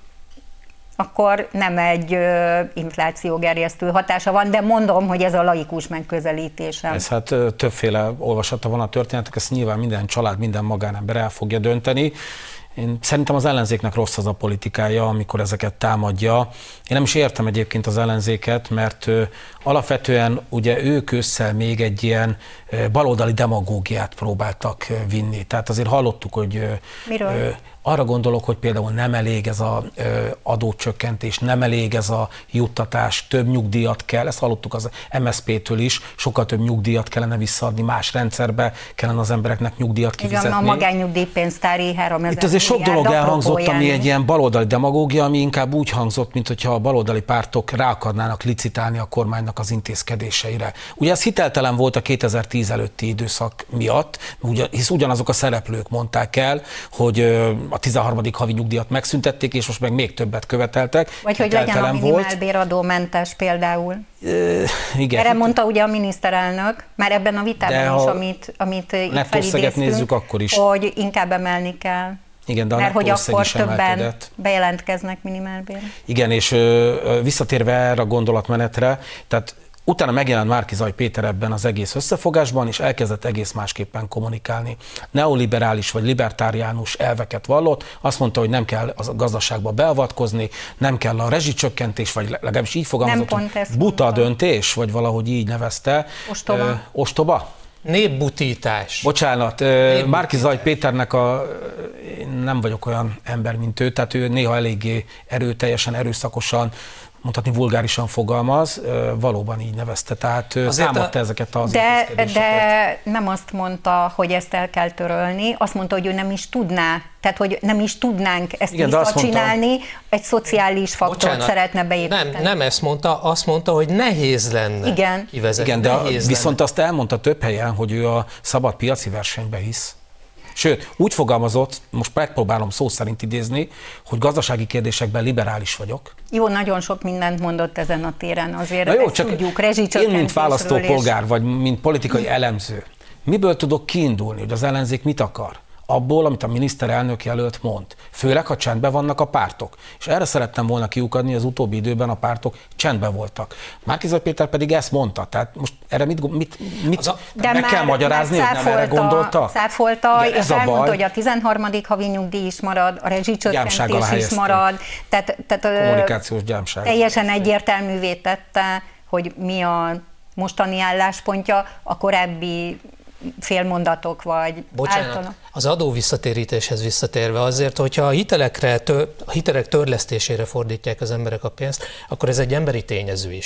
[SPEAKER 3] akkor nem egy ö, inflációgerjesztő hatása van, de mondom, hogy ez a laikus megközelítésem.
[SPEAKER 4] Ez hát többféle olvasata van a történetek, ezt nyilván minden család, minden magánember el fogja dönteni. Én szerintem az ellenzéknek rossz az a politikája, amikor ezeket támadja. Én nem is értem egyébként az ellenzéket, mert ö, alapvetően ugye ők össze még egy ilyen ö, baloldali demagógiát próbáltak ö, vinni. Tehát azért hallottuk, hogy... Ö,
[SPEAKER 3] Miről?
[SPEAKER 4] Ö, Arra gondolok, hogy például nem elég ez az adócsökkentés, nem elég ez a juttatás, több nyugdíjat kell, ezt hallottuk az em es zé pé-től is, sokkal több nyugdíjat kellene visszaadni, más rendszerbe kellene az embereknek nyugdíjat kifizetni.
[SPEAKER 3] Igen, a magánnyugdíjpénztári háromezer
[SPEAKER 4] Itt azért sok dolog elhangzott, ami egy ilyen baloldali demagógia, ami inkább úgy hangzott, mint hogyha a baloldali pártok rá akarnának licitálni a kormánynak az intézkedéseire. Ugye ez hiteltelen volt a kétezer-tíz előtti időszak miatt, hisz ugyanazok a szereplők mondták el, hogy a tizenharmadik havi nyugdíjat megszüntették, és most meg még többet követeltek.
[SPEAKER 3] Vagy hogy legyen a minimálbéradómentes például.
[SPEAKER 4] Ö, igen.
[SPEAKER 3] Erre mondta ugye a miniszterelnök, már ebben a vitában is, amit, amit itt felidéztünk,
[SPEAKER 4] akkor is.
[SPEAKER 3] hogy inkább emelni kell.
[SPEAKER 4] Igen, de a
[SPEAKER 3] mert hogy akkor többen
[SPEAKER 4] emelkedett.
[SPEAKER 3] bejelentkeznek minimálbérre.
[SPEAKER 4] Igen, és ö, visszatérve erre a gondolatmenetre, tehát utána megjelent Márki-Zay Péter ebben az egész összefogásban, és elkezdett egész másképpen kommunikálni. Neoliberális vagy libertáriánus elveket vallott, azt mondta, hogy nem kell a gazdaságba beavatkozni, nem kell a rezsicsökkentés, vagy legalábbis így fogalmazott, buta mondta. Döntés, vagy valahogy így nevezte.
[SPEAKER 3] Ostoba.
[SPEAKER 4] Ö, ostoba?
[SPEAKER 2] Népbutítás.
[SPEAKER 4] Bocsánat, Márki-Zay Péternek a, én nem vagyok olyan ember, mint ő, tehát ő néha eléggé erőteljesen, erőszakosan, mondhatni vulgárisan fogalmaz, valóban így nevezte, tehát azért támadta a... ezeket az
[SPEAKER 3] de, de nem azt mondta, hogy ezt el kell törölni, azt mondta, hogy ő nem is tudná, tehát hogy nem is tudnánk ezt visszacsinálni, mondta... egy szociális faktort Bocsánat, szeretne beépíteni.
[SPEAKER 2] Nem, nem ezt mondta, azt mondta, hogy nehéz lenne
[SPEAKER 3] Igen.
[SPEAKER 2] kivezetni.
[SPEAKER 4] Igen, de
[SPEAKER 2] nehéz
[SPEAKER 4] viszont
[SPEAKER 2] lenne.
[SPEAKER 4] Azt elmondta több helyen, hogy ő a szabad piaci versenybe hisz. Sőt, úgy fogalmazott, most megpróbálom szó szerint idézni, hogy gazdasági kérdésekben liberális vagyok.
[SPEAKER 3] Jó, nagyon sok mindent mondott ezen a téren, azért
[SPEAKER 4] Na jó,
[SPEAKER 3] ezt
[SPEAKER 4] csak
[SPEAKER 3] tudjuk, rezsicsökkentésről.
[SPEAKER 4] Én, mint választópolgár, és... vagy mint politikai elemző, miből tudok kiindulni, hogy az ellenzék mit akar? Abból, amit a miniszterelnök jelölt mond. Főleg, ha csendben vannak a pártok. És erre szerettem volna kiukadni, az utóbbi időben a pártok csendben voltak. Márki-Zay Péter pedig ezt mondta. Tehát most erre mit, mit, mit
[SPEAKER 3] a,
[SPEAKER 4] meg már, kell magyarázni, hogy nem erre gondolta?
[SPEAKER 3] Cáfolta, igen, és elmondta, hogy a tizenharmadik havi nyugdíj is marad, a rezsicsökkentés is marad. Tehát, tehát
[SPEAKER 4] kommunikációs gyámság.
[SPEAKER 3] Teljesen egyértelművé tette, hogy mi a mostani álláspontja, a korábbi félmondatok vagy
[SPEAKER 2] Bocsánat, általán. Az adó visszatérítéshez visszatérve azért, hogyha a hitelekre, a hitelek törlesztésére fordítják az emberek a pénzt, akkor ez egy emberi tényező is.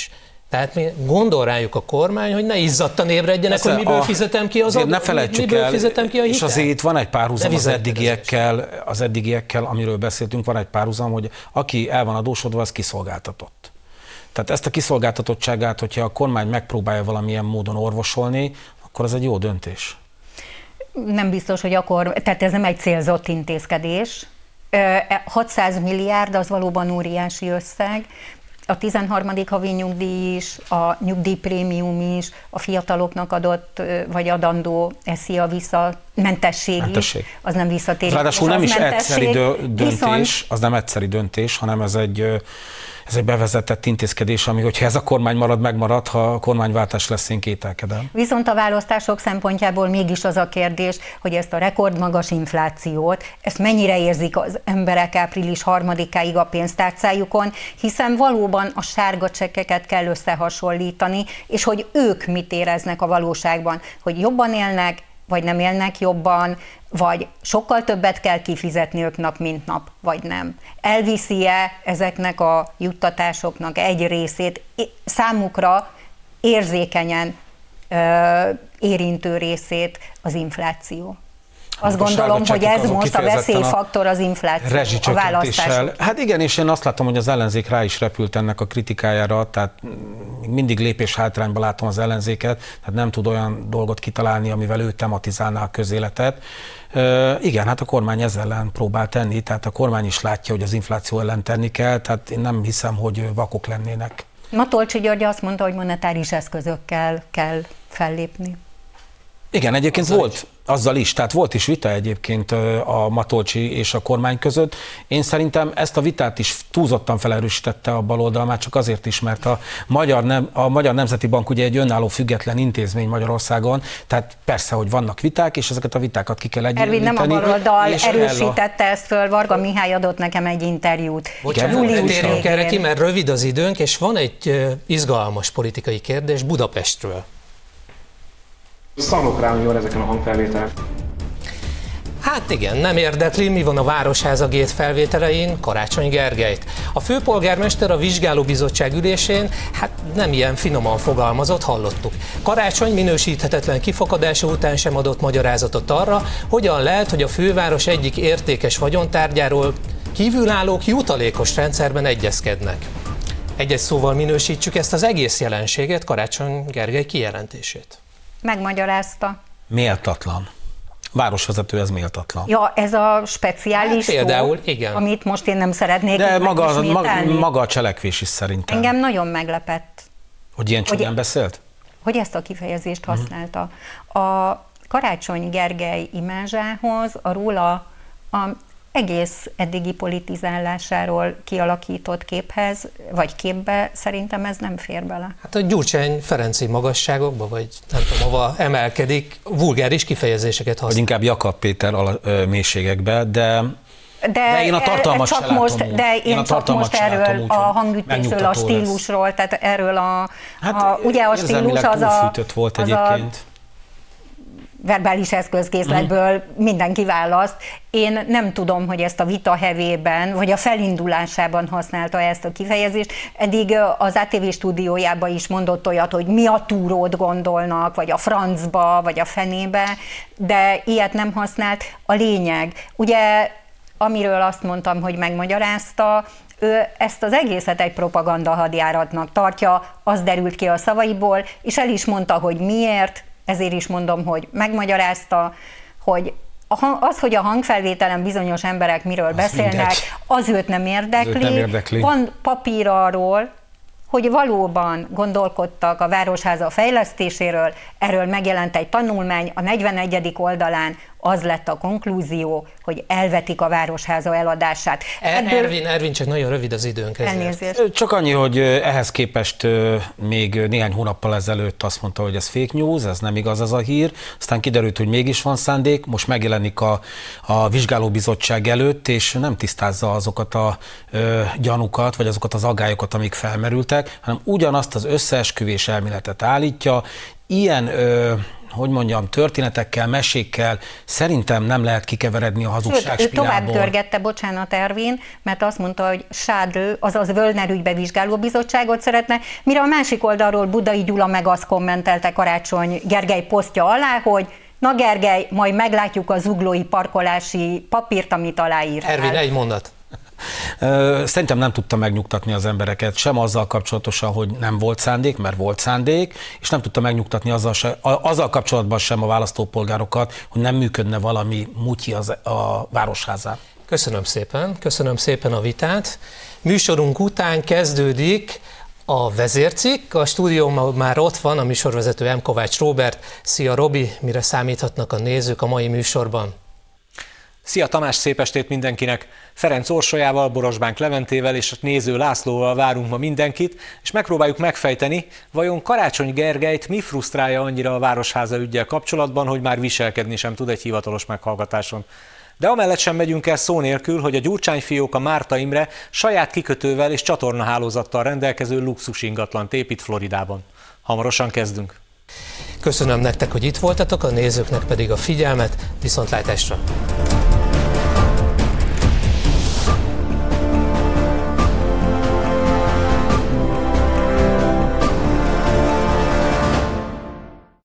[SPEAKER 2] Tehát mi gondol rájuk a kormány, hogy ne izzadtan ébredjenek,
[SPEAKER 4] Persze,
[SPEAKER 2] hogy miből
[SPEAKER 4] a,
[SPEAKER 2] fizetem ki az adót,
[SPEAKER 4] ne felejtsük
[SPEAKER 2] miből
[SPEAKER 4] el,
[SPEAKER 2] fizetem ki a hitelt.
[SPEAKER 4] És azért itt van egy párhuzam az eddigiekkel, az eddigiekkel, amiről beszéltünk, van egy párhuzam, hogy aki el van adósodva, az kiszolgáltatott. Tehát ezt a kiszolgáltatottságát, hogyha a kormány megpróbálja valamilyen módon orvosolni, akkor ez egy jó döntés.
[SPEAKER 3] Nem biztos, hogy akkor, tehát ez nem egy célzott intézkedés. hatszáz milliárd az valóban óriási összeg. A tizenharmadik havi nyugdíj is, a nyugdíjprémium is, a fiataloknak adott vagy adandó eszia vissza mentesség, mentesség. is, az nem visszatérítés.
[SPEAKER 4] Ráadásul nem is egyszeri döntés,
[SPEAKER 3] viszont...
[SPEAKER 4] az nem egyszeri döntés, hanem ez egy, ez egy bevezetett intézkedés, ami, hogyha ez a kormány marad, megmarad, ha a kormányváltás lesz, én kételkedem.
[SPEAKER 3] Viszont a választások szempontjából mégis az a kérdés, hogy ezt a rekordmagas inflációt, ezt mennyire érzik az emberek április harmadikáig a pénztárcájukon, hiszen valóban a sárga csekkeket kell összehasonlítani, és hogy ők mit éreznek a valóságban, hogy jobban élnek, vagy nem élnek jobban, vagy sokkal többet kell kifizetni ők nap, mint nap, vagy nem. Elviszi-e ezeknek a juttatásoknak egy részét számukra érzékenyen ö, érintő részét az infláció? Azt hát gondolom, hogy ez most a veszélyfaktor az infláció, a választások.
[SPEAKER 4] Hát igen, és én azt látom, hogy az ellenzék rá is repült ennek a kritikájára, tehát mindig lépés hátrányba látom az ellenzéket, tehát nem tud olyan dolgot kitalálni, amivel ő tematizálná a közéletet. Uh, igen, hát a kormány ezzel ellen próbál tenni, tehát a kormány is látja, hogy az infláció ellen tenni kell, tehát én nem hiszem, hogy vakok lennének.
[SPEAKER 3] Matolcsy György azt mondta, hogy monetáris eszközökkel kell fellépni.
[SPEAKER 4] Igen, egyébként
[SPEAKER 2] azzal
[SPEAKER 4] volt,
[SPEAKER 2] is.
[SPEAKER 4] azzal is, tehát volt is vita egyébként a Matolcsy és a kormány között. Én szerintem ezt a vitát is túlzottan felerősítette a baloldal, már csak azért is, mert a Magyar, Nem, a Magyar Nemzeti Bank ugye egy önálló független intézmény Magyarországon, tehát persze, hogy vannak viták, és ezeket a vitákat ki kell egyenlíteni.
[SPEAKER 3] Ervin, nem a baloldal erősítette ezt föl, Varga Mihály adott nekem egy interjút.
[SPEAKER 2] Bocsánat, ne térjünk erre ki, mert rövid az időnk, és van egy izgalmas politikai kérdés Budapestről.
[SPEAKER 5] Szarok rám, hogy van ezeken a hangfelvételek.
[SPEAKER 2] Hát igen, nem érdekli, mi van a Városháza gét felvételein Karácsony Gergelyt. A főpolgármester a vizsgálóbizottság ülésén hát nem ilyen finoman fogalmazott, hallottuk. Karácsony minősíthetetlen kifakadása után sem adott magyarázatot arra, hogyan lehet, hogy a főváros egyik értékes vagyontárgyáról kívülállók jutalékos rendszerben egyezkednek. Egyes szóval minősítsük ezt az egész jelenséget, Karácsony Gergely kijelentését.
[SPEAKER 3] Megmagyarázta.
[SPEAKER 4] Méltatlan. Városvezető, ez méltatlan.
[SPEAKER 3] Ja, ez a speciális
[SPEAKER 2] hát, például,
[SPEAKER 3] szó,
[SPEAKER 2] igen.
[SPEAKER 3] amit most én nem szeretnék
[SPEAKER 4] De maga, maga,
[SPEAKER 3] maga
[SPEAKER 4] a cselekvés is szerintem.
[SPEAKER 3] Engem nagyon meglepett.
[SPEAKER 4] Hogy ilyen csúnyán
[SPEAKER 3] hogy,
[SPEAKER 4] beszélt?
[SPEAKER 3] Hogy ezt a kifejezést használta. Uh-huh. A Karácsony Gergely imázsához, a róla a egész eddigi politizálásáról kialakított képhez, vagy képbe szerintem ez nem fér bele.
[SPEAKER 2] Hát a Gyurcsány Ferenci magasságokba, vagy nem tudom, hova emelkedik, vulgáris kifejezéseket használ.
[SPEAKER 4] Vagy inkább Jakab Péter ala, ö, mélységekbe, de...
[SPEAKER 3] De,
[SPEAKER 4] de én a tartalmat
[SPEAKER 3] csak
[SPEAKER 4] se
[SPEAKER 3] most,
[SPEAKER 4] látom
[SPEAKER 3] De én,
[SPEAKER 4] én a
[SPEAKER 3] csak most erről
[SPEAKER 4] úgy,
[SPEAKER 3] a hangütésről, a stílusról, lesz. Tehát erről a...
[SPEAKER 4] Hát
[SPEAKER 3] a ugye a stílus az a...
[SPEAKER 4] volt
[SPEAKER 3] az
[SPEAKER 4] egyébként.
[SPEAKER 3] A verbális eszközkészletből uh-huh. mindenki választ. Én nem tudom, hogy ezt a vita hevében, vagy a felindulásában használta ezt a kifejezést. Eddig az á té vé stúdiójában is mondott olyat, hogy mi a túrót gondolnak, vagy a francba, vagy a fenébe, de ilyet nem használt. A lényeg, ugye, amiről azt mondtam, hogy megmagyarázta, ő ezt az egészet egy propaganda hadjáratnak tartja, az derült ki a szavaiból, és el is mondta, hogy miért. Ezért is mondom, hogy megmagyarázta, hogy az, hogy a hangfelvételen bizonyos emberek miről az beszélnek, mindegy. az őt nem érdekli.
[SPEAKER 4] őt nem érdekli.
[SPEAKER 3] Van papír arról, hogy valóban gondolkodtak a Városháza fejlesztéséről, erről megjelent egy tanulmány, a negyvenegyedik oldalán az lett a konklúzió, hogy elvetik a Városháza eladását.
[SPEAKER 2] Ebből... Ervin, Ervin, csak nagyon rövid az időnk.
[SPEAKER 3] Elnézést.
[SPEAKER 4] Csak annyi, hogy ehhez képest még néhány hónappal ezelőtt azt mondta, hogy ez fake news, ez nem igaz ez a hír, aztán kiderült, hogy mégis van szándék, most megjelenik a, a vizsgálóbizottság előtt, és nem tisztázza azokat a ö, gyanúkat, vagy azokat az aggályokat, amik felmerültek, hanem ugyanazt az összeesküvés elméletet állítja, ilyen, ö, hogy mondjam, történetekkel, mesékkel szerintem nem lehet kikeveredni a hazugság
[SPEAKER 3] Sőt, ő tovább
[SPEAKER 4] spirálból.
[SPEAKER 3] törgette, bocsánat Ervin, mert azt mondta, hogy Sádrő, azaz Völner ügybe vizsgáló bizottságot szeretne, mire a másik oldalról Budai Gyula meg azt kommentelte Karácsony Gergely posztja alá, hogy na Gergely, majd meglátjuk a zuglói parkolási papírt, amit aláírtál.
[SPEAKER 2] Ervin, egy mondat.
[SPEAKER 4] Szerintem nem tudta megnyugtatni az embereket, sem azzal kapcsolatosan, hogy nem volt szándék, mert volt szándék, és nem tudta megnyugtatni azzal, se, azzal kapcsolatban sem a választópolgárokat, hogy nem működne valami mutyi az, a Városházán.
[SPEAKER 2] Köszönöm szépen, köszönöm szépen a vitát. Műsorunk után kezdődik a vezércikk, a stúdióban már ott van a műsorvezető M. Kovács Róbert. Szia Robi, mire számíthatnak a nézők a mai műsorban?
[SPEAKER 6] Szia Tamás, szép estét mindenkinek! Ferenc Orsolyával, Borosbánk Leventével és a néző Lászlóval várunk ma mindenkit, és megpróbáljuk megfejteni, vajon Karácsony Gergelyt mi frusztrálja annyira a Városháza üggyel kapcsolatban, hogy már viselkedni sem tud egy hivatalos meghallgatáson. De amellett sem megyünk el szó nélkül, hogy a Gyurcsányfióka Márta Imre saját kikötővel és csatornahálózattal rendelkező luxus ingatlant épít Floridában. Hamarosan kezdünk!
[SPEAKER 2] Köszönöm nektek, hogy itt voltatok, a nézőknek pedig a figyelmet, viszontlátásra!